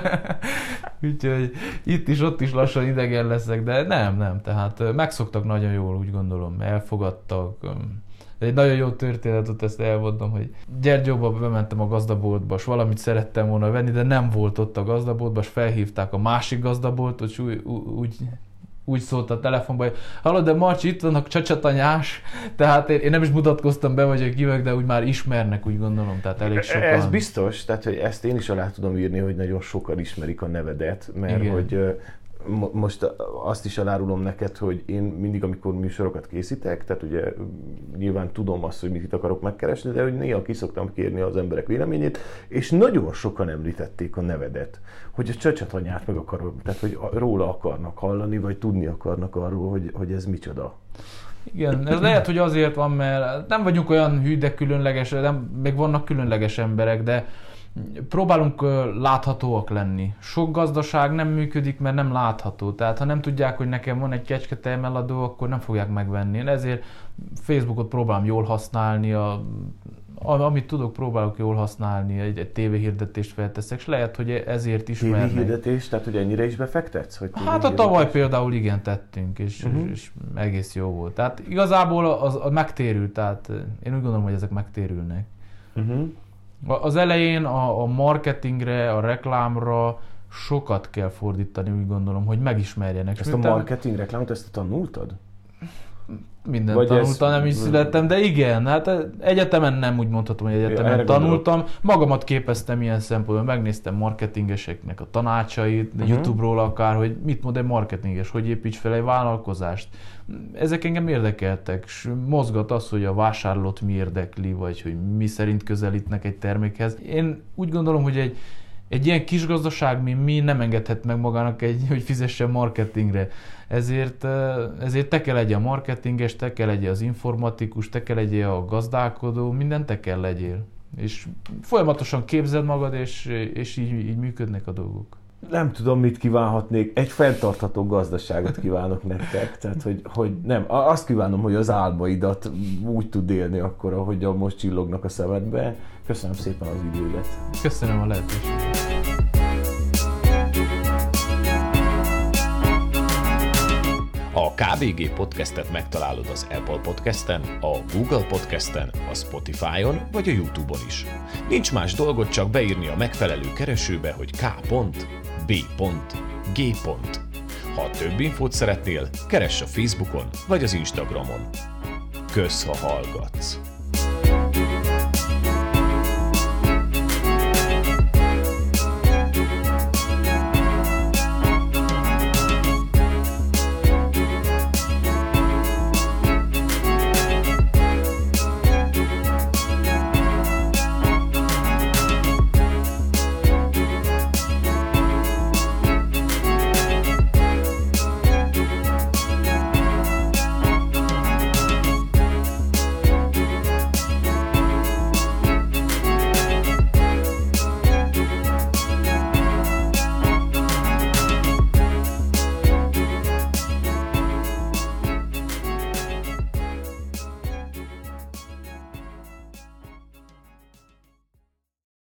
Úgyhogy itt is, ott is lassan idegen leszek, de nem. Tehát megszoktak nagyon jól, úgy gondolom, elfogadtak. Egy nagyon jó történetet, ezt elmondom, hogy Gyergyóba bementem a gazdaboltba, és valamit szerettem volna venni, de nem volt ott a gazdaboltba, és felhívták a másik gazdaboltot, és úgy szólt a telefonba, hogy hallod, de Marcsi, itt vannak csacsatanyás, tehát én nem is mutatkoztam be, vagy ki vagyok, de úgy már ismernek, úgy gondolom, tehát elég sokan. Ez biztos, tehát hogy ezt én is alá tudom írni, hogy nagyon sokan ismerik a nevedet, mert igen. Hogy most azt is elárulom neked, hogy én mindig, amikor műsorokat készítek, tehát ugye nyilván tudom azt, hogy mit itt akarok megkeresni, de hogy néha ki szoktam kérni az emberek véleményét, és nagyon sokan említették a nevedet, hogy a csacsatanyát meg akarok, tehát hogy róla akarnak hallani, vagy tudni akarnak arról, hogy ez micsoda. Igen, ez lehet, hogy azért van, mert nem vagyunk olyan hű, de különleges, még vannak különleges emberek, de próbálunk láthatóak lenni. Sok gazdaság nem működik, mert nem látható. Tehát ha nem tudják, hogy nekem van egy kecsketejmeladó, akkor nem fogják megvenni. Én ezért Facebookot próbálom jól használni, amit tudok, próbálok jól használni, egy tévéhirdetést felteszek, és lehet, hogy ezért ismernek. Tévéhirdetés? Tehát, hogy ennyire is befektetsz? Hogy hát a tavaly például igen tettünk, és egész jó volt. Tehát igazából az megtérül, tehát én úgy gondolom, hogy ezek megtérülnek. Az elején a marketingre, a reklámra sokat kell fordítani, úgy gondolom, hogy megismerjenek. Ezt a marketing reklámot, ezt tanultad? Mindent tanultam, nem is születtem, de igen, hát egyetemen nem úgy mondhatom, hogy egyetemen tanultam. Magamat képeztem ilyen szempontból, megnéztem marketingeseknek a tanácsait, YouTube-ról akár, hogy mit mond egy marketinges, hogy építs fel egy vállalkozást. Ezek engem érdekeltek, és mozgat az, hogy a vásárlót mi érdekli, vagy hogy mi szerint közelítnek egy termékhez. Én úgy gondolom, hogy egy ilyen kis gazdaság, mi nem engedhet meg magának hogy fizessen marketingre. Ezért te kell legyél a marketinges, te kell legyél az informatikus, te kell legyél a gazdálkodó, mindent te kell legyél. És folyamatosan képzeld magad, és így működnek a dolgok. Nem tudom, mit kívánhatnék. Egy fenntartható gazdaságot kívánok nektek. Tehát, hogy nem. Azt kívánom, hogy az álmaidat úgy tud élni akkor, ahogy most csillognak a szemedbe. Köszönöm szépen az idődet. Köszönöm a lehetőséget. A KBG podcastet megtalálod az Apple Podcasten, a Google Podcasten, a Spotify-on vagy a YouTube-on is. Nincs más dolgot, csak beírni a megfelelő keresőbe, hogy k.b.g. Ha több infót szeretnél, keress a Facebookon vagy az Instagramon. Kösz, ha hallgatsz!